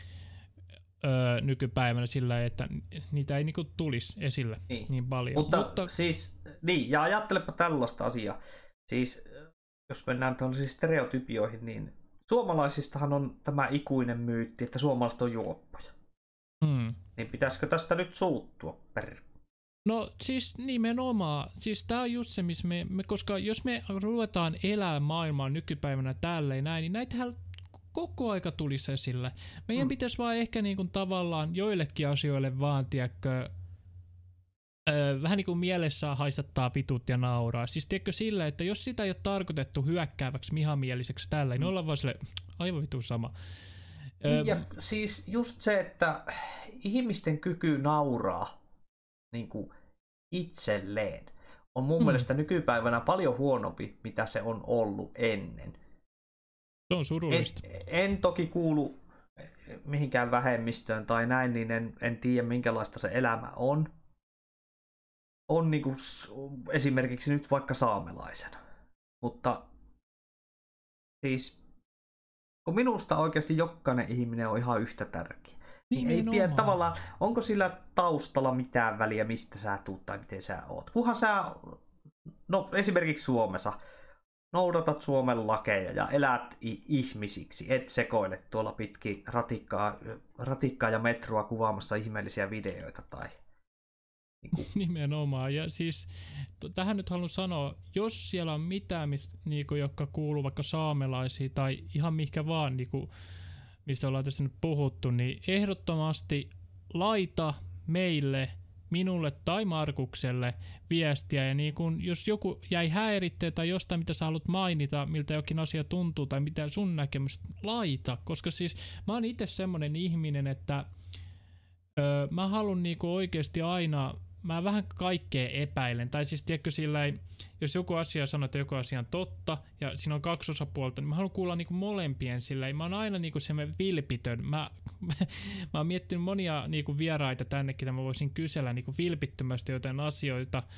öö, nykypäivänä sillä, että niitä ei niinku tulisi esille niin, niin paljon. Mutta, Mutta siis, niin, ja ajattelepa tällaista asiaa. Siis, jos mennään tuollaisiin stereotypioihin, niin suomalaisistahan on tämä ikuinen myytti, että suomalaiset on juoppoja. Hmm. Niin pitäisikö tästä nyt suuttua per... No siis nimenomaan, siis tää on just se, missä me, me, koska jos me ruvetaan elää maailmaa nykypäivänä tälleen näin, niin näitähän koko aika tulisi esille. Meidän mm. pitäisi vaan ehkä niinku tavallaan joillekin asioille vaan, tiedätkö, öö, vähän niin kuin mielessään haistattaa vitut ja nauraa. Siis tiedätkö sillä, että jos sitä ei ole tarkoitettu hyökkääväksi, vihamieliseksi tälleen, mm. niin ollaan vaan silleen, aivan vitun sama. Öö, ja siis just se, että ihmisten kyky nauraa niin kuin itselleen on mun mm. mielestä nykypäivänä paljon huonompi, mitä se on ollut ennen. Se on surullista. En, en toki kuulu mihinkään vähemmistöön tai näin, niin en, en tiedä minkälaista se elämä on. On niin kuin esimerkiksi nyt vaikka saamelaisena. Mutta siis kun minusta oikeasti jokainen ihminen on ihan yhtä tärkeä. Niin ei pidä tavallaan, onko sillä taustalla mitään väliä, mistä sä tuut tai miten sä oot. Kunhan sä, no esimerkiksi Suomessa, noudatat Suomen lakeja ja elät ihmisiksi, et sekoile tuolla pitkin ratikkaa, ratikkaa ja metroa kuvaamassa ihmeellisiä videoita tai... Niin kuin... Nimenomaan, ja siis t- tähän nyt haluan sanoa, jos siellä on mitään, mis, niinku, jotka kuuluu vaikka saamelaisiin tai ihan mihinkä vaan, niinku, mistä ollaan tässä nyt puhuttu, niin ehdottomasti laita meille, minulle tai Markukselle viestiä, ja niin kun, jos joku jäi häiritteen tai jostain, mitä sä haluat mainita, miltä jokin asia tuntuu tai mitä sun näkemys, laita, koska siis mä oon itse semmonen ihminen, että öö, mä haluan niinku oikeasti aina, mä vähän kaikkea epäilen, tai siis tiedätkö silleen, jos joku asia sanoo, että joku asia on totta, ja siinä on kaksi osapuolta, niin mä haluan kuulla niinku molempien silleen, mä oon aina niinku semmoinen vilpitön, mä, mä, mä oon miettinyt monia niinku vieraita tännekin, että mä voisin kysellä niinku vilpittömästi jotain asioita,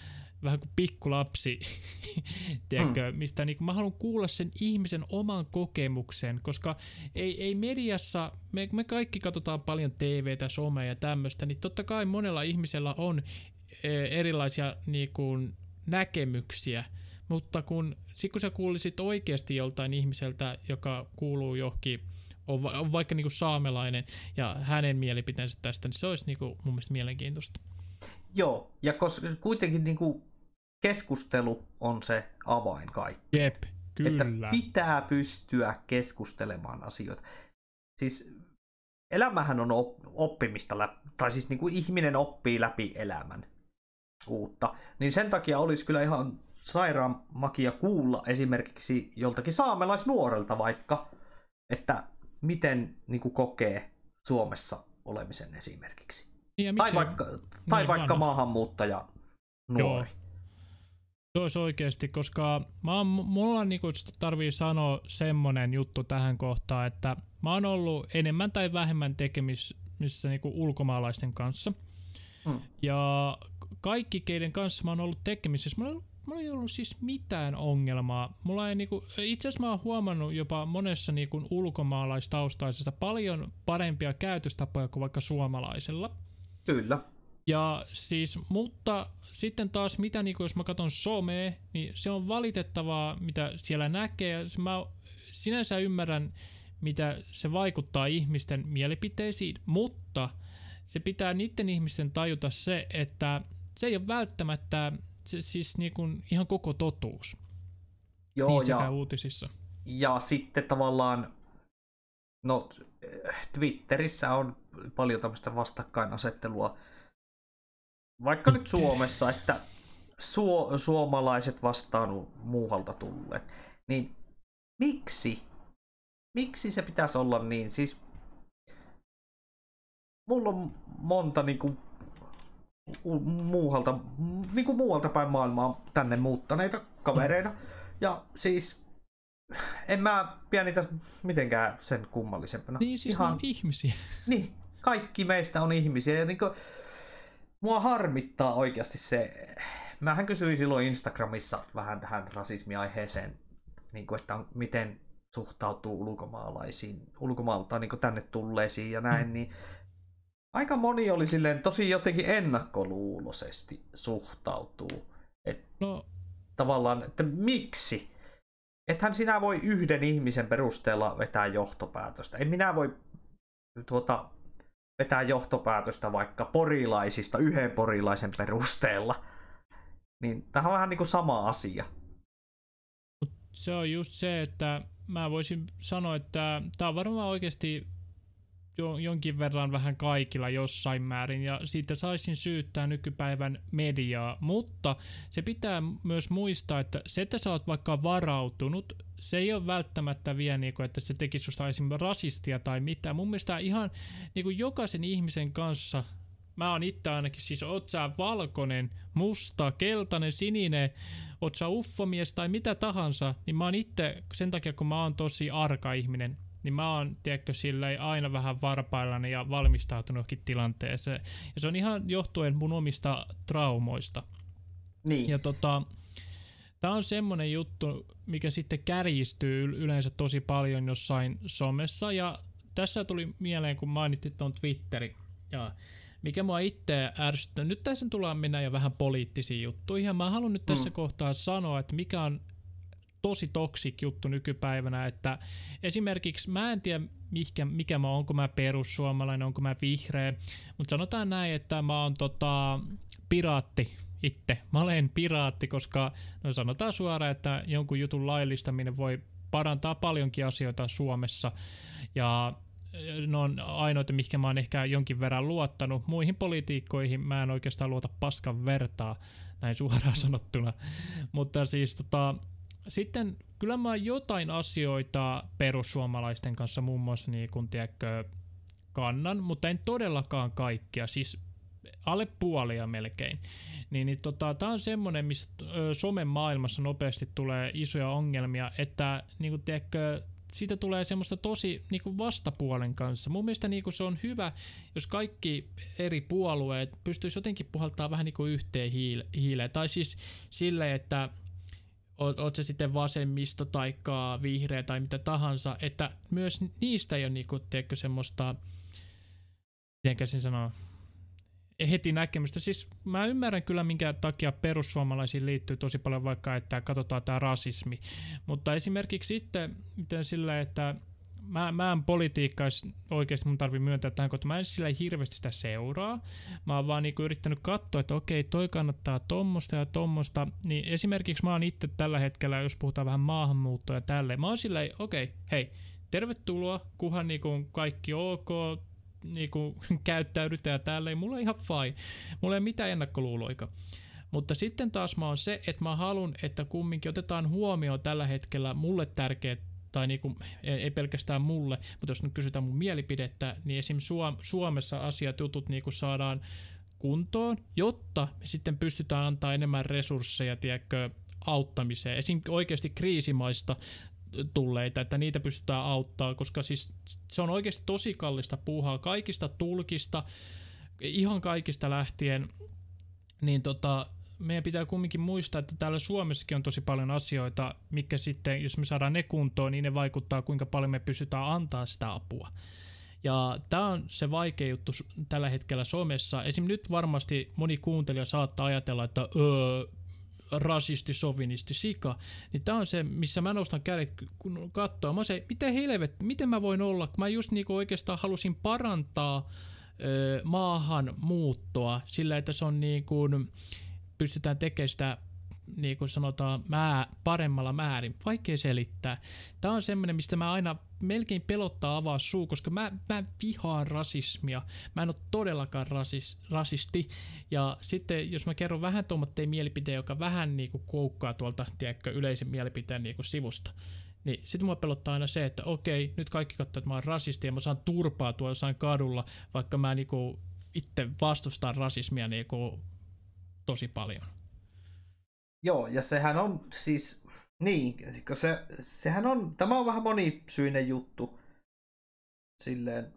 vähän kuin pikkulapsi, tiedätkö, mm. mistä niin kuin mä haluan kuulla sen ihmisen oman kokemuksen, koska ei, ei mediassa, me, me kaikki katsotaan paljon T V:tä, somea ja tämmöistä, niin totta kai monella ihmisellä on erilaisia niin kuin näkemyksiä, mutta kun, sit kun sä kuulisit oikeasti joltain ihmiseltä, joka kuuluu johonkin, on, va, on vaikka niin kuin saamelainen ja hänen mielipiteensä tästä, niin se olisi niin kuin mun mielestä mielenkiintoista. Joo, ja koska kuitenkin niin kuin keskustelu on se avain kaikki. Jep, kyllä. Että pitää pystyä keskustelemaan asioita. Siis elämähän on oppimista, tai siis niin kuin ihminen oppii läpi elämän uutta. Niin sen takia olisi kyllä ihan sairaan makia kuulla esimerkiksi joltakin saamelaisnuorelta vaikka, että miten niin kuin kokee Suomessa olemisen esimerkiksi. Ja tai vaikka, tai niin, vaikka maahanmuuttaja nuori. Joo. Se olisi oikeasti, koska mä oon, mulla niinku tarvii sanoa semmonen juttu tähän kohtaan, että mä oon ollut enemmän tai vähemmän tekemisissä niinku ulkomaalaisten kanssa. Hmm. Ja kaikki, keiden kanssa mä oon ollut tekemisissä, mulla ei ollut, mulla ei ollut siis mitään ongelmaa. Mulla ei niinku, itse asiassa mä oon huomannut jopa monessa niinku ulkomaalaistaustaisessa paljon parempia käytöstapoja kuin vaikka suomalaisella. Kyllä. Ja siis, mutta sitten taas mitä niinku, jos mä katson somea, niin se on valitettavaa, mitä siellä näkee. Mä sinänsä ymmärrän, mitä se vaikuttaa ihmisten mielipiteisiin, mutta se pitää niiden ihmisten tajuta se, että se ei ole välttämättä se, siis niinku ihan koko totuus. Joo, niissäkään ja, uutisissa. Ja sitten tavallaan, no Twitterissä on paljon tämmöistä vastakkainasettelua, vaikka nyt Suomessa, että suo, suomalaiset vastaan muualta tulleet, niin miksi? Miksi se pitäisi olla niin? Siis mulla on monta niinku muualta, niinku muualta päin maailmaa tänne muuttaneita kavereita, ja siis en mä pidä niitä mitenkään sen kummallisempana. Niin siis Ihan, ne on ihmisiä. Niin, kaikki meistä on ihmisiä, ja niinku mua harmittaa oikeasti se. Mähän kysyin silloin Instagramissa vähän tähän rasismiaiheeseen, niin kuin, että on, miten suhtautuu ulkomaalaisiin, ulkomailta niin kuin tänne tulleisiin ja näin, mm. niin aika moni oli silleen tosi jotenkin ennakkoluuloisesti suhtautuu. Et no. Tavallaan, että miksi? Ethän sinä voi yhden ihmisen perusteella vetää johtopäätöstä. En minä voi tuota... vetää johtopäätöstä vaikka porilaisista yhden porilaisen perusteella. Niin tämä on vähän niin kuin sama asia. Se on just se, että mä voisin sanoa, että tämä on varmaan oikeasti jo, jonkin verran vähän kaikilla jossain määrin, ja siitä saisin syyttää nykypäivän mediaa, mutta se pitää myös muistaa, että se, että sä oot vaikka varautunut, se ei ole välttämättä vielä, niin kuin, että se tekisi susta esimerkiksi rasistia tai mitään. Mun mielestä ihan niin kuin jokaisen ihmisen kanssa, mä oon itse ainakin, siis oot sä valkoinen, musta, keltainen, sininen, oot sä uffomies tai mitä tahansa, niin mä oon itse, sen takia kun mä oon tosi arka ihminen, niin mä oon, tiedätkö, silleen aina vähän varpaillani ja valmistautunut johonkin tilanteeseen. Ja se on ihan johtuen mun omista traumoista. Niin. Ja tota, tää on semmonen juttu, mikä sitten kärjistyy yleensä tosi paljon jossain somessa. Ja tässä tuli mieleen, kun mainitsit tuon Twitterin. Ja mikä mua itse ärsyttää. Nyt tässä tullaan mennä jo vähän poliittisiin juttuihin. Ja mä haluan nyt tässä mm. kohtaa sanoa, että mikä on tosi toksik juttu nykypäivänä, että esimerkiksi mä en tiedä mikä, mikä mä oon, onko mä perussuomalainen, onko mä vihreä, mutta sanotaan näin, että mä oon tota, piraatti itse. Mä olen piraatti, koska no sanotaan suoraan, että jonkun jutun laillistaminen voi parantaa paljonkin asioita Suomessa, ja ne on ainoita, mihinkä mä oon ehkä jonkin verran luottanut. Muihin poliitikkoihin mä en oikeastaan luota paskan vertaa, näin suoraan sanottuna, mutta siis tota sitten kyllä mä jotain asioita perussuomalaisten kanssa muun muassa niin kun tiedätkö, kannan, mutta en todellakaan kaikkia, siis alle puolia melkein. Niin, niin tota, tää on semmonen, missä ö, somen maailmassa nopeasti tulee isoja ongelmia, että niin kun tiedätkö, siitä tulee semmoista tosi niinku vastapuolen kanssa. Mun mielestä niinku se on hyvä, jos kaikki eri puolueet pystyisi jotenkin puhaltaa vähän niinku yhteen hiileen. Tai siis silleen, että oot, oot se sitten vasemmisto tai vihreä tai mitä tahansa, että myös niistä ei ole niinku, tiedätkö, semmoista, mitenkä sen sanoo, heti näkemystä. Siis mä ymmärrän kyllä, minkä takia perussuomalaisiin liittyy tosi paljon vaikka, että katsotaan tää rasismi. Mutta esimerkiksi sitten, miten sillä, että mä, mä en politiikkaa oikeasti mun tarvii myöntää tähän, koska mä en sillä hirveästi sitä seuraa. Mä oon vaan niinku yrittänyt katsoa, että okei, toi kannattaa tommosta ja tommosta. Niin esimerkiksi mä oon itse tällä hetkellä, jos puhutaan vähän maahanmuuttoa ja tälleen, mä oon silleen, okei, hei, tervetuloa, kunhan niinku kaikki ok, niinku käyttäydytään ja tälleen, mulla on ihan fine. Mulla ei ole mitään ennakkoluuloika. Mutta sitten taas mä oon se, että mä haluan, että kumminkin otetaan huomioon tällä hetkellä mulle tärkeät, tai niinku, ei pelkästään mulle, mutta jos nyt kysytään mun mielipidettä, niin esim. Suomessa asiat, jutut niinku saadaan kuntoon, jotta me sitten pystytään antaa enemmän resursseja, tiedätkö, auttamiseen. Esim. Oikeasti kriisimaista tulleita, että niitä pystytään auttaa, koska siis se on oikeasti tosi kallista puuhaa kaikista tulkista, ihan kaikista lähtien, niin tota, meidän pitää kumminkin muistaa, että täällä Suomessakin on tosi paljon asioita, mikä sitten, jos me saadaan ne kuntoon, niin ne vaikuttaa, kuinka paljon me pystytään antaa sitä apua. Ja tämä on se vaikea juttu tällä hetkellä somessa. Esim. Nyt varmasti moni kuuntelija saattaa ajatella, että öö, rasisti, sovinisti, sika, niin tää on se, missä mä nostan kädet kun kattoo. Mä oon se, miten helvet, miten mä voin olla, kun mä just niinku oikeastaan halusin parantaa ö, maahan muuttoa sillä, että se on niinku, pystytään tekemään sitä, niin kuin sanotaan, mää, paremmalla määrin. Vaikea selittää. Tää on semmoinen, mistä mä aina melkein pelottaa avaa suu, koska mä, mä vihaan rasismia. Mä en ole todellakaan rasis, rasisti. Ja sitten, jos mä kerron vähän tuommoitteen mielipiteen, joka vähän niinku koukkaa tuolta, tiedätkö, yleisen mielipiteen niinku sivusta, niin sitten mua pelottaa aina se, että okei, nyt kaikki katsoo, että mä oon rasisti ja mä saan turpaa tuolla jossain kadulla, vaikka mä niinku itse vastustan rasismia niinku tosi paljon. Joo, ja sehän on siis, niin, se, sehän on, tämä on vähän monisyinen juttu. Silleen,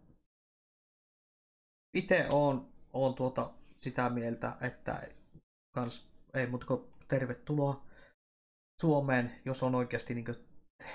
itse oon, oon tuota sitä mieltä, että kans, ei muuta kuin tervetuloa Suomeen, jos on oikeasti niin kuin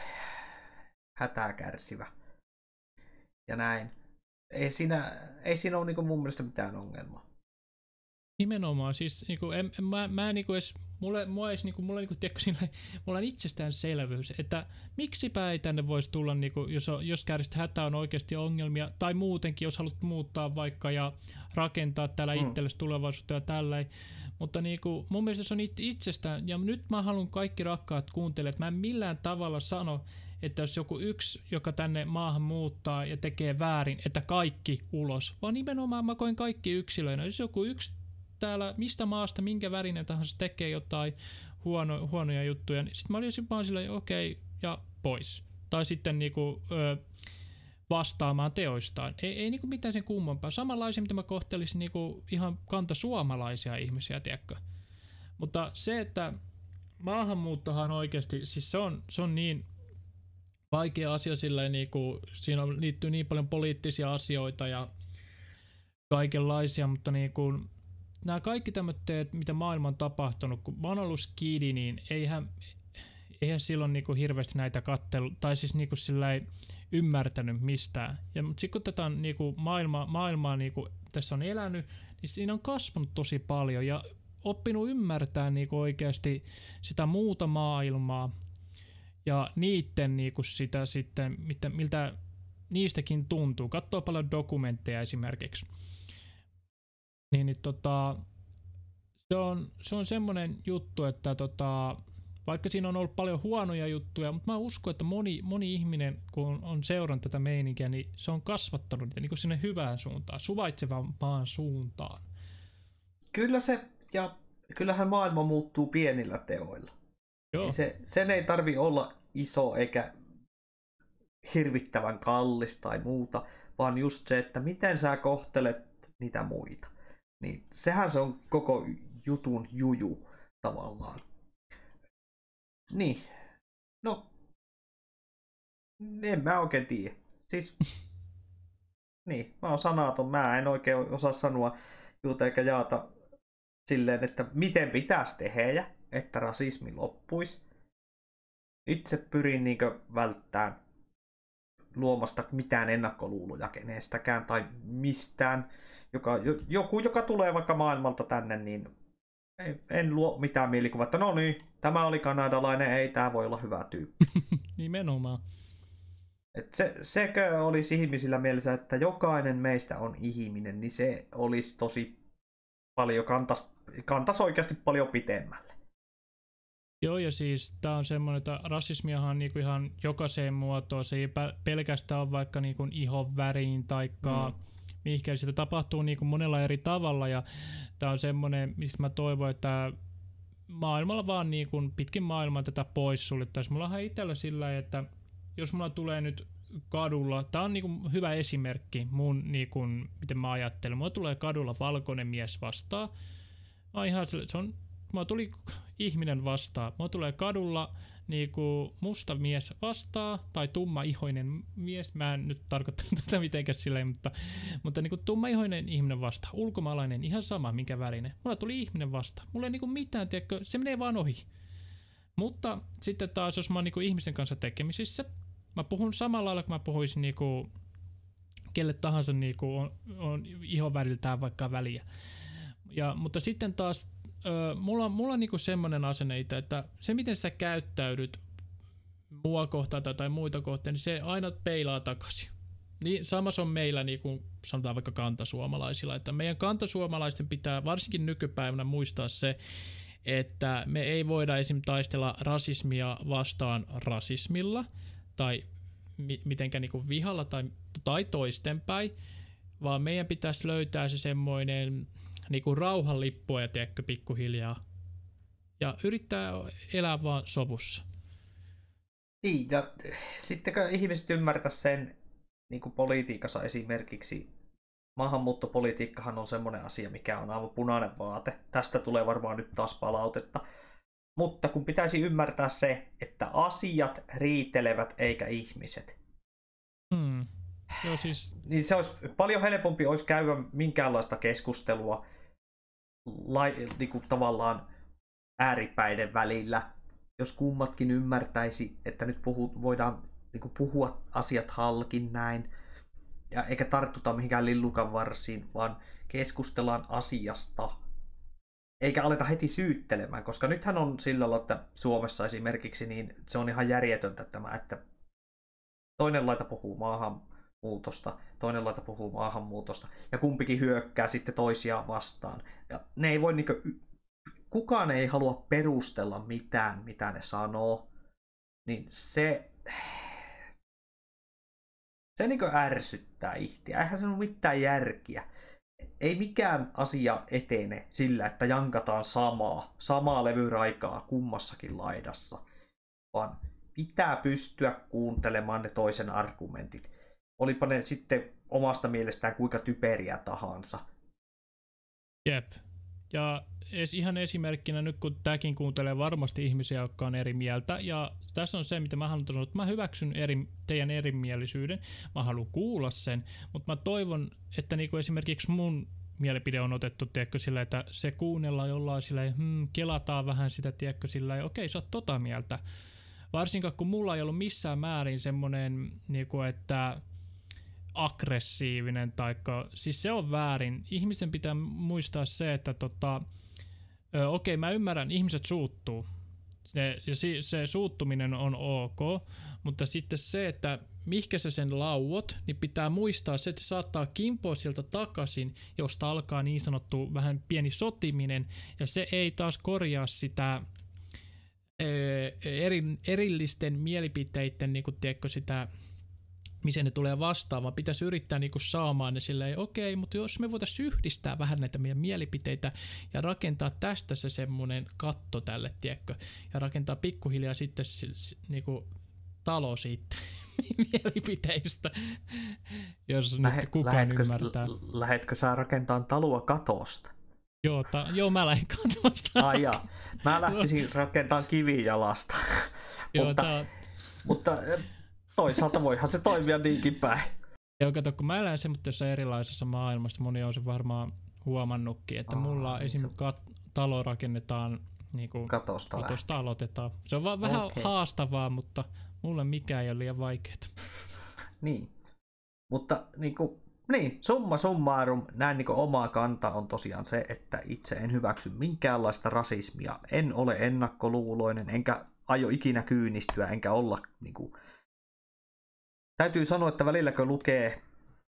hätää kärsivä. Ja näin. Ei siinä, ei siinä ole niin kuin mun mielestä mitään ongelmaa. Nimenomaan, siis niinku, en, en, mä, mä niinku edes, mulle, mulla edes, niinku, mulla, niinku, tiedätkö, sillä, mulla on itsestäänselvyys, että miksipä ei tänne voisi tulla, niinku, jos, jos kärsit hätää on oikeasti ongelmia, tai muutenkin, jos haluat muuttaa vaikka ja rakentaa täällä mm. itsellesi tulevaisuutta ja tälleen, mutta niinku, mun mielestä se on itsestään, ja nyt mä haluan kaikki rakkaat kuuntelijat, mä en millään tavalla sano, että jos joku yksi, joka tänne maahan muuttaa ja tekee väärin, että kaikki ulos, vaan nimenomaan mä koen kaikki yksilöinä, jos joku yksi täällä mistä maasta, minkä värinen tahansa tekee jotain huono, huonoja juttuja, niin sitten mä olisin vaan silleen, okei, okay, ja pois. Tai sitten niinku, ö, vastaamaan teoistaan. Ei, ei niinku mitään sen kummempaa. Samanlaisia, mitä mä kohtelisin niinku ihan kanta suomalaisia ihmisiä, tiedätkö. Mutta se, että maahanmuuttohan oikeasti, siis se on, se on niin vaikea asia silleen, niinku, siinä liittyy niin paljon poliittisia asioita ja kaikenlaisia, mutta niinku nämä kaikki tämmöiset, mitä maailma on tapahtunut, kun mä oon ollut skidi, niin eihän, eihän silloin niinku hirveästi näitä kattelu, tai siis niinku sillä ei ymmärtänyt mistään. Ja mutta sitten kun tätä on niinku maailma, maailmaa niinku tässä on elänyt, niin siinä on kasvanut tosi paljon ja oppinut ymmärtää niinku oikeasti sitä muuta maailmaa ja niitten niinku sitä sitten, mitä, miltä niistäkin tuntuu. Katsoo paljon dokumentteja esimerkiksi. Niin, niin tota, se on, se on semmoinen juttu, että tota, vaikka siinä on ollut paljon huonoja juttuja, mutta mä uskon, että moni, moni ihminen, kun on seurannut tätä meininkiä, niin se on kasvattanut niitä niin kuin sinne hyvään suuntaan, suvaitsevampaan suuntaan. Kyllä se, ja kyllähän maailma muuttuu pienillä teoilla. Joo. Se, sen ei tarvi olla iso eikä hirvittävän kallis tai muuta, vaan just se, että miten sä kohtelet niitä muita. Niin sehän se on koko jutun juju tavallaan. Niin. No. En mä oikein tiedä. Siis, niin, mä oon sanaton. Mä en oikein osaa sanoa juuta eikä jaata silleen, että miten pitäisi tehdä, että rasismi loppuisi. Itse pyrin niinkö välttämään luomasta mitään ennakkoluuloja kenestäkään tai mistään. Joka, joku, joka tulee vaikka maailmalta tänne, niin en luo mitään mielikuvaa, että no niin, tämä oli kanadalainen, ei tämä voi olla hyvä tyyppi. Nimenomaan. Et se, sekö olisi ihmisillä mielessä, että jokainen meistä on ihminen, niin se olisi tosi paljon, kantas, kantas oikeasti paljon pitemmälle. Joo, ja siis tää on semmoinen, että rasismiahan on niinku ihan jokaiseen muotoon. Se ei pelkästään ole vaikka niinku ihon väriin taikka mm. mihinkä sitä tapahtuu niinku monella eri tavalla. Ja tää on semmoinen, mistä mä toivon, että maailmalla vaan niinku pitkin maailmaa tätä pois suljettaisiin. Mulla on itsellä sillä, että jos mulla tulee nyt kadulla, tää on niinku hyvä esimerkki mun, niinku, miten mä ajattelen. Mulla tulee kadulla valkoinen mies vastaan. Mä ihan, se on, mulla tuli ihminen vastaan. Mulla tulee kadulla niinku musta mies vastaan, tai tummaihoinen mies. Mä en nyt tarkoittanut tätä mitenkään silleen, mutta, mutta niinku tummaihoinen ihminen vastaan. Ulkomaalainen, ihan sama minkä värinen. Mulla tuli ihminen vastaan. Mulla ei niinku mitään, tiedätkö, se menee vaan ohi. Mutta sitten taas, jos mä oon niinku ihmisen kanssa tekemisissä, mä puhun samalla lailla, kun mä puhuisin niinku kelle tahansa niinku on, on ihon väriltään vaikka väliä. Ja, mutta sitten taas ö, mulla, mulla on niinku semmoinen asenne itse, että se miten sä käyttäydyt mua kohtaan tai, tai muita kohtaan, niin se aina peilaa takaisin. Niin, sama on meillä, niin kuin sanotaan vaikka kantasuomalaisilla, että meidän kantasuomalaisten pitää varsinkin nykypäivänä muistaa se, että me ei voida esim. Taistella rasismia vastaan rasismilla tai mi- mitenkä niinku vihalla tai, tai toistenpäin, vaan meidän pitäisi löytää se semmoinen niinku rauhanlippu ja tiedätkö pikkuhiljaa ja yrittää elää vaan sovussa. Niin, ja sittenkö ihmiset ymmärtää sen niin kuin politiikassa esimerkiksi, maahanmuuttopolitiikkahan on semmoinen asia, mikä on aivan punainen vaate. Tästä tulee varmaan nyt taas palautetta. Mutta kun pitäisi ymmärtää se, että asiat riitelevät eikä ihmiset. Hmm. Joo, siis... Niin se olisi paljon helpompi olisi käydä minkäänlaista keskustelua lai, niin kuin tavallaan ääripäiden välillä, jos kummatkin ymmärtäisi, että nyt puhu, voidaan niin kuin puhua asiat halkin näin, ja eikä tarttuta mihinkään lillukan varsiin, vaan keskustellaan asiasta, eikä aleta heti syyttelemään, koska nythän on sillä lailla, että Suomessa esimerkiksi niin se on ihan järjetöntä tämä, että toinen laita puhuu maahanmuutosta, toinen laita puhuu maahanmuutosta, ja kumpikin hyökkää sitten toisiaan vastaan. Ja ne ei voi niinkö, kukaan ei halua perustella mitään, mitä ne sanoo, niin se... Se niin kuin ärsyttää ihtiä. Eihän se ole mitään järkiä. Ei mikään asia etene sillä, että jankataan samaa, samaa levyraikaa kummassakin laidassa. Vaan pitää pystyä kuuntelemaan ne toisen argumentit. Olipa ne sitten omasta mielestään kuinka typeriä tahansa. Jep. Ja es, ihan esimerkkinä nyt, kun tämäkin kuuntelee varmasti ihmisiä, jotka on eri mieltä. Ja tässä on se, mitä mä haluan sanoa, että mä hyväksyn eri, teidän erimielisyyden. Mä haluan kuulla sen, mutta mä toivon, että niinku esimerkiksi mun mielipide on otettu, tiedätkö, sillä, että se kuunnellaan jollain sillä, hmm, kelataan vähän sitä, tiedätkö, sillä, okei, sä oot tota mieltä. Varsinkaan, kun mulla ei ollut missään määrin semmoinen, niinku, että aggressiivinen, taikka, siis se on väärin. Ihmisen pitää muistaa se, että tota, ö, okei, mä ymmärrän, ihmiset suuttuu. Se, ja se, se suuttuminen on ok, mutta sitten se, että mihkä sä sen lauot, niin pitää muistaa se, että se saattaa kimpoa sieltä takaisin, josta alkaa niin sanottu vähän pieni sotiminen, ja se ei taas korjaa sitä ö, eri, erillisten mielipiteiden, niin kuin tiedätkö, sitä missä ne tulee vastaan, vaan pitäisi yrittää niinku saamaan ne silleen, okei, mutta jos me voitaisiin yhdistää vähän näitä meidän mielipiteitä ja rakentaa tästä se semmoinen katto tälle, tiedätkö, ja rakentaa pikkuhiljaa sitten niinku talo siitä mielipiteistä, jos Lähe, nyt kukaan lähetkö, ymmärtää. Lähetkö sä rakentamaan taloa katosta? Joo, ta, joo mä lähdin katosta. Ai jaa, mä lähtisin rakentamaan kivijalasta. Joo, mutta, tää... mutta toisaalta voihan se toimia niinkin päin. Joo, kato, kun mä elän semmoisessa erilaisessa maailmassa, moni on se varmaan huomannutkin, että Aa, mulla niin esim. Se... Kat- talo rakennetaan niinku katosta, katosta aloitetaan. Se on vaan vähän okay. haastavaa, mutta mulle mikään ei ole liian vaikeaa. Niin, mutta niinku, niin, summa summarum, näin niinku omaa kanta on tosiaan se, että itse en hyväksy minkäänlaista rasismia. En ole ennakkoluuloinen, enkä aio ikinä kyynistyä, enkä olla niinku... Täytyy sanoa, että välillä kun lukee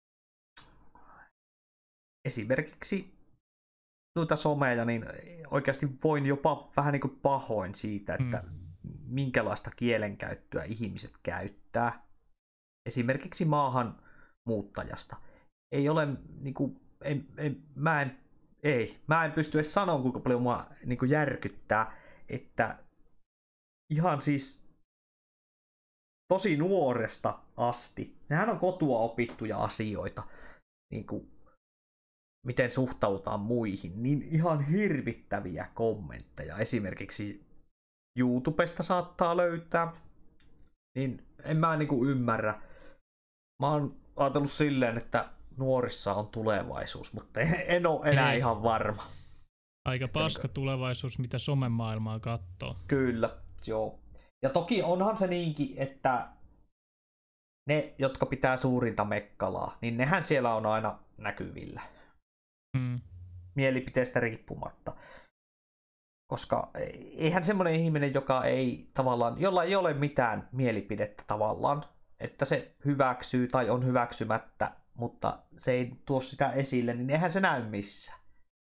esimerkiksi noita someja, niin oikeasti voin jopa vähän niin kuin pahoin siitä, että mm. minkälaista kielenkäyttöä ihmiset käyttää. Esimerkiksi maahanmuuttajasta. Ei ole, niin kuin, en, en, mä, en, ei, mä en pysty edes sanoa, kuinka paljon mua niin kuin järkyttää, että ihan siis tosi nuoresta asti. Nehän on kotua opittuja asioita, niin kuin, miten suhtautaan muihin. Niin ihan hirvittäviä kommentteja. Esimerkiksi YouTubesta saattaa löytää. Niin en mä niin kuin ymmärrä. Mä oon ajatellut silleen, että nuorissa on tulevaisuus, mutta en ole enää Ei. ihan varma. Aika paska niin, tulevaisuus, mitä somemaailmaa katsoo. Kyllä, joo. Ja toki onhan se niinkin, että ne, jotka pitää suurinta mekkalaa, niin nehän siellä on aina näkyvillä. Mm. Mielipiteestä riippumatta. Koska eihän semmoinen ihminen, joka ei tavallaan, jolla ei ole mitään mielipidettä tavallaan, että se hyväksyy tai on hyväksymättä, mutta se ei tuo sitä esille, niin eihän se näy missään.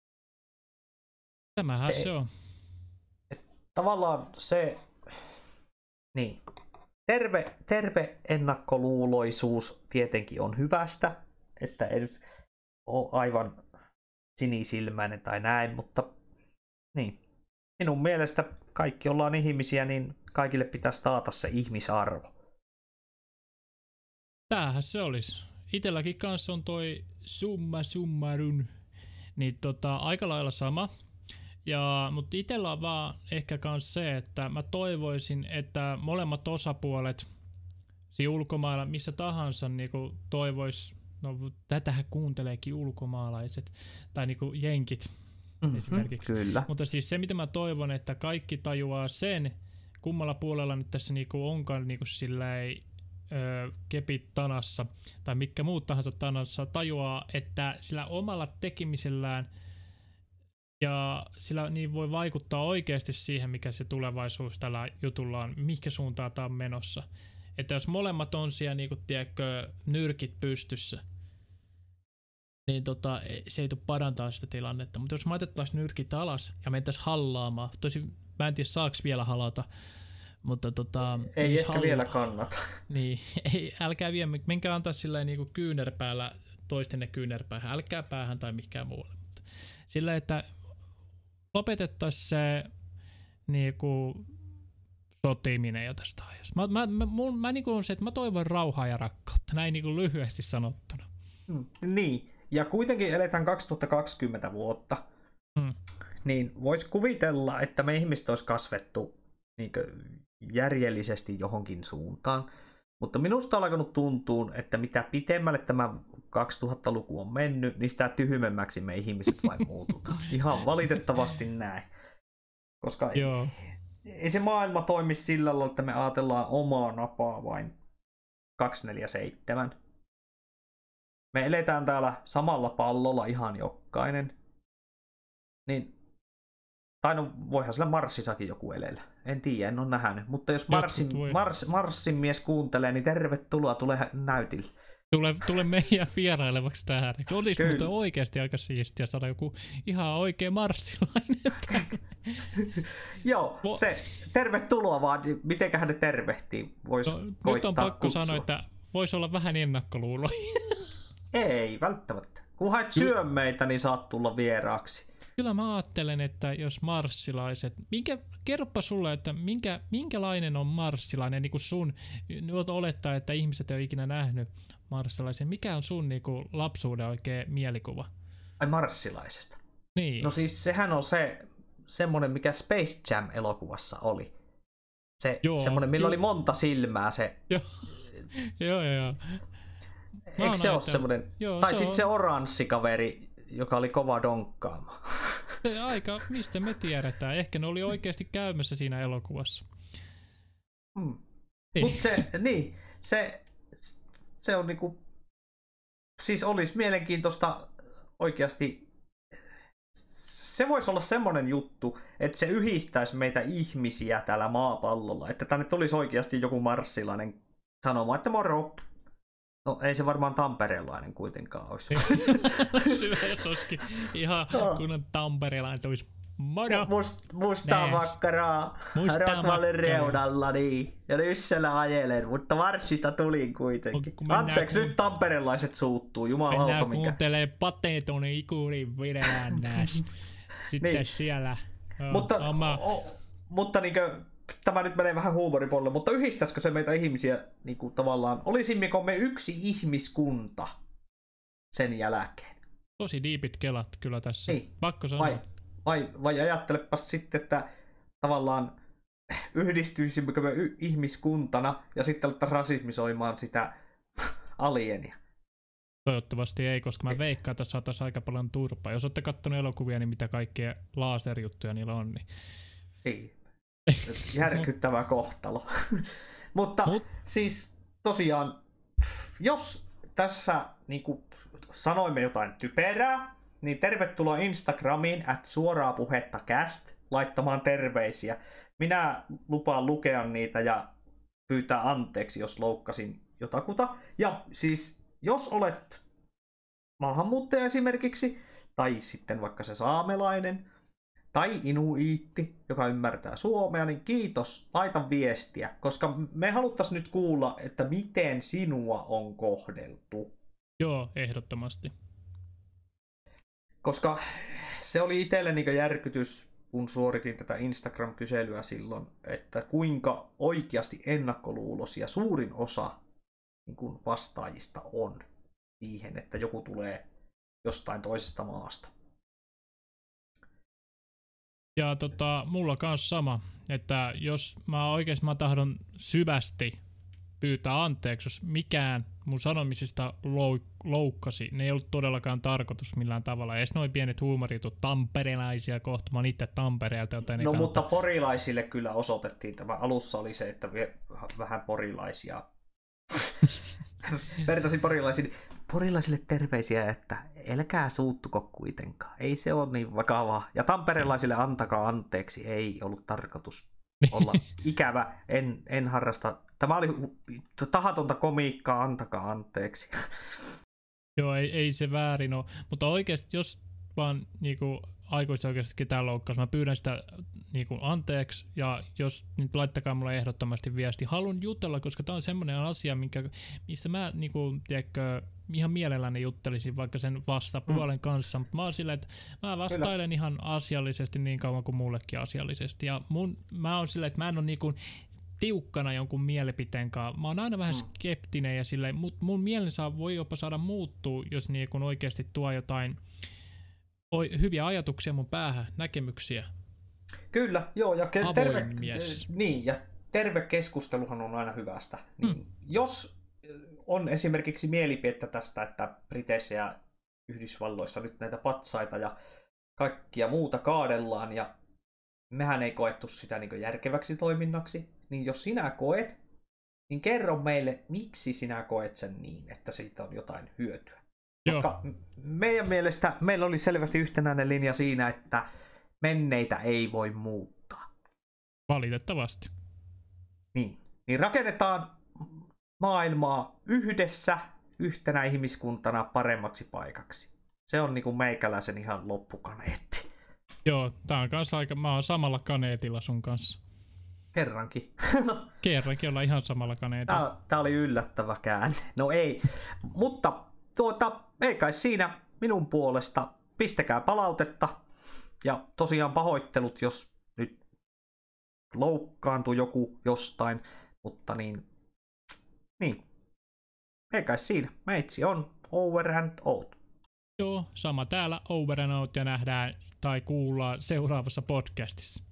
Tämähän se, se on. Tavallaan se... Niin. Terve, terve ennakkoluuloisuus tietenkin on hyvästä, että ei nyt ole aivan sinisilmäinen tai näin, mutta niin. Minun mielestä kaikki ollaan ihmisiä, niin kaikille pitäisi taata se ihmisarvo. Tämähän se olisi. Itelläkin kanssa on toi summa summarum, niin tota, aika lailla sama. Ja, mutta itsellä on vaan ehkä kans se, että mä toivoisin, että molemmat osapuolet siinä ulkomailla, missä tahansa, niinku toivois, no tätähän kuunteleekin ulkomaalaiset, tai niinku jenkit mm-hmm, esimerkiksi. Kyllä. Mutta siis se, mitä mä toivon, että kaikki tajuaa sen, kummalla puolella nyt tässä niinku onkaan niinku silleen, ö, kepit tanassa, tai mikä muut tahansa tanassa, tajuaa, että sillä omalla tekemisellään ja sillä niin voi vaikuttaa oikeasti siihen, mikä se tulevaisuus tällä jutulla on, mikä suuntaan tämä on menossa. Että jos molemmat on siellä niin kuin, tiedätkö, nyrkit pystyssä, niin tota, se ei tule parantaa sitä tilannetta. Mutta jos me otettaisiin nyrkit alas ja mentäisiin hallaamaan, tosi mä en tiedä saako vielä halata, mutta tota... Ei ehkä halla- vielä kannata. Niin, ei, älkää vielä, menkää antaa silleen niin kuin kyynärpäällä toistenne kyynärpäähän, älkää päähän tai mikään muulle. Sillä että lopetettaisiin se niinku sotiminen jo tästä ajasta. Mä, mä, mä, mä, mä niinku on se, että mä toivon rauhaa ja rakkautta, näin niinku lyhyesti sanottuna. Mm, niin, ja kuitenkin eletään kaksituhattakaksikymmentä vuotta, mm. niin voisi kuvitella, että me ihmiset olisi kasvettu niinku järjellisesti johonkin suuntaan. Mutta minusta on alkanut tuntua, että mitä pitemmälle tämä kaksituhattaluku on mennyt, niin sitä tyhmemmäksi me ihmiset vain muututaan. Ihan valitettavasti näin. Koska Joo. Ei, ei se maailma toimi sillä lailla, että me ajatellaan omaa napaa vain kaksikymmentäneljä seitsemän. Me eletään täällä samalla pallolla ihan jokainen. Niin, tai no voihan sillä Marsissakin joku elellä. En tiedä, en ole nähnyt. Mutta jos Marsin, Mars, Marsin mies kuuntelee, niin tervetuloa, tule näytille. Tule, tule meidän vierailevaksi tähän. Olisi muuten oikeasti aika siistiä saada joku ihan oikea marssilainen. Joo, Vo- se tervetuloa vaan. Mitenköhän ne tervehtii? Vois no, nyt on pakko kutsua. Sanoa, että voisi olla vähän ennakkoluuloja. Ei, välttämättä. Kunhan et syö meitä, niin saat tulla vieraaksi. Kyllä mä ajattelen, että jos marssilaiset, minkä, kerropa sulle, että minkä, minkälainen on marssilainen, niin kuin sun, nyt olettaa, että ihmiset ei ole ikinä nähnyt marssilaisen, mikä on sun niin kuin lapsuuden oikea mielikuva? Ai marssilaisesta? Niin. No siis sehän on se, semmoinen, mikä Space Jam-elokuvassa oli. Se, Joo, semmoinen, millä ju- oli monta silmää, se, Joo, joo, joo. Eikö se ole semmoinen? Joo, tai se sitten on... se oranssi kaveri, joka oli kova donkkaama. Se aika, mistä me tiedetään. Ehkä ne oli oikeasti käymässä siinä elokuvassa. Hmm. Mutta se, niin, se, se on niinku, siis olisi mielenkiintoista oikeasti. Se voisi olla semmoinen juttu, että se yhdistäisi meitä ihmisiä täällä maapallolla. Että tänne tulisi oikeasti joku marssilainen sanomaan, että moro. No ei se varmaan tamperelainen kuitenkaan olisi. Syväs olisikin ihan kunnon tamperelainen tulisi. Moro! Must, mustaa Nääs. makkaraa Rotvallin reunalla, niin. Ja nyssellä ajelen, mutta marssista tulin kuitenkin. Anteeksi, kun... nyt tamperelaiset suuttuu, jumalauta mikä. Mennään kuuntelee Patetonin ikurin videlään nääs. Sitten niin. Siellä oh, mutta, oma... o, mutta niinkö, tämä nyt menee vähän huumoripuolelle, mutta yhdistäisikö se meitä ihmisiä niinku tavallaan, olisimmeko me yksi ihmiskunta sen jälkeen? Tosi diipit kelat kyllä tässä, niin. Pakko sanoa. Vai, vai, vai ajattelepa sitten, että tavallaan yhdistyisimmekö me y- ihmiskuntana ja sitten alettaisiin rasismisoimaan sitä alienia? Toivottavasti ei, koska mä veikkaan, että saataisiin aika paljon turpaa. Jos olette katsoneet elokuvia, niin mitä kaikkea laserjuttuja niillä on. Niin... Niin. Järkyttävä kohtalo. Mutta Mut... siis tosiaan, jos tässä niin kuin sanoimme jotain typerää, niin tervetuloa Instagramiin at suoraa puhetta cast laittamaan terveisiä. Minä lupaan lukea niitä ja pyytää anteeksi, jos loukkasin jotakuta. Ja siis, jos olet maahanmuuttaja esimerkiksi, tai sitten vaikka se saamelainen, tai inuiitti, joka ymmärtää suomea, niin kiitos, laita viestiä, koska me haluttaisiin nyt kuulla, että miten sinua on kohdeltu. Joo, ehdottomasti. Koska se oli itselle niin järkytys, kun suoritin tätä Instagram-kyselyä silloin, että kuinka oikeasti ennakkoluuloisia suurin osa niin kuin vastaajista on siihen, että joku tulee jostain toisesta maasta. Ja tota, mulla kans sama, että jos mä oikeesti mä tahdon syvästi pyytää anteeksi, jos mikään mun sanomisista lou- loukkasi, ne ei ollut todellakaan tarkoitus millään tavalla. Edes noin pienet huumoritut tamperelaisia kohta, mä oon itse Tampereelta, joten... No mutta porilaisille kyllä osoitettiin, tämä alussa oli se, että vähän porilaisia... Vertasin porilaisiin. Porilaisille terveisiä, että älkää suuttuko kuitenkaan. Ei se ole niin vakavaa. Ja tamperelaisille antakaa anteeksi. Ei ollut tarkoitus olla ikävä. En, en harrasta. Tämä oli tahatonta komiikkaa. Antakaa anteeksi. Joo, ei, ei se väärin ole. Mutta oikeasti, jos vaan niinku, aikuiset oikeasti ketään loukkaus, mä pyydän sitä niinku, anteeksi. Ja jos nyt laittakaa mulle ehdottomasti viesti. Haluan jutella, koska tää on semmoinen asia, minkä, missä mä niinku, tiedätkö, ihan mielelläni juttelisin vaikka sen vastapuolen mm. kanssa, mutta mä oon silleen, että mä vastailen Kyllä. ihan asiallisesti niin kauan kuin mullekin asiallisesti. Ja mun, mä oon silleen, että mä en ole niinku tiukkana jonkun mielipiteen kanssa. Mä oon aina vähän mm. skeptinen ja silleen, mutta mun mielen saa, voi jopa saada muuttua, jos niinku oikeasti tuo jotain oi, hyviä ajatuksia mun päähän, näkemyksiä. Kyllä, joo, ja ke- terve, niin, ja terve keskusteluhan on aina hyvästä. Niin, mm. Jos on esimerkiksi mielipidettä tästä, että Briteissä ja Yhdysvalloissa nyt näitä patsaita ja kaikkia muuta kaadellaan, ja mehän ei koettu sitä niin kuin järkeväksi toiminnaksi, niin jos sinä koet, niin kerro meille, miksi sinä koet sen niin, että siitä on jotain hyötyä. Joo. Koska meidän mielestä meillä oli selvästi yhtenäinen linja siinä, että menneitä ei voi muuttaa. Valitettavasti. Niin, niin rakennetaan maailmaa yhdessä yhtenä ihmiskuntana paremmaksi paikaksi. Se on niinku meikäläisen ihan loppukaneetti. Joo, tää on kans aika, mä oon samalla kaneetilla sun kanssa. Kerrankin. Kerrankin ollaan ihan samalla kaneetilla. Tää, tää oli yllättävä käänne. No ei, mutta tuota, ei kai siinä minun puolesta. Pistäkää palautetta. Ja tosiaan pahoittelut, jos nyt loukkaantui joku jostain, mutta niin Niin. Ei kai siinä. Meitsi on over and out. Joo, sama täällä over and out ja nähdään tai kuullaan seuraavassa podcastissa.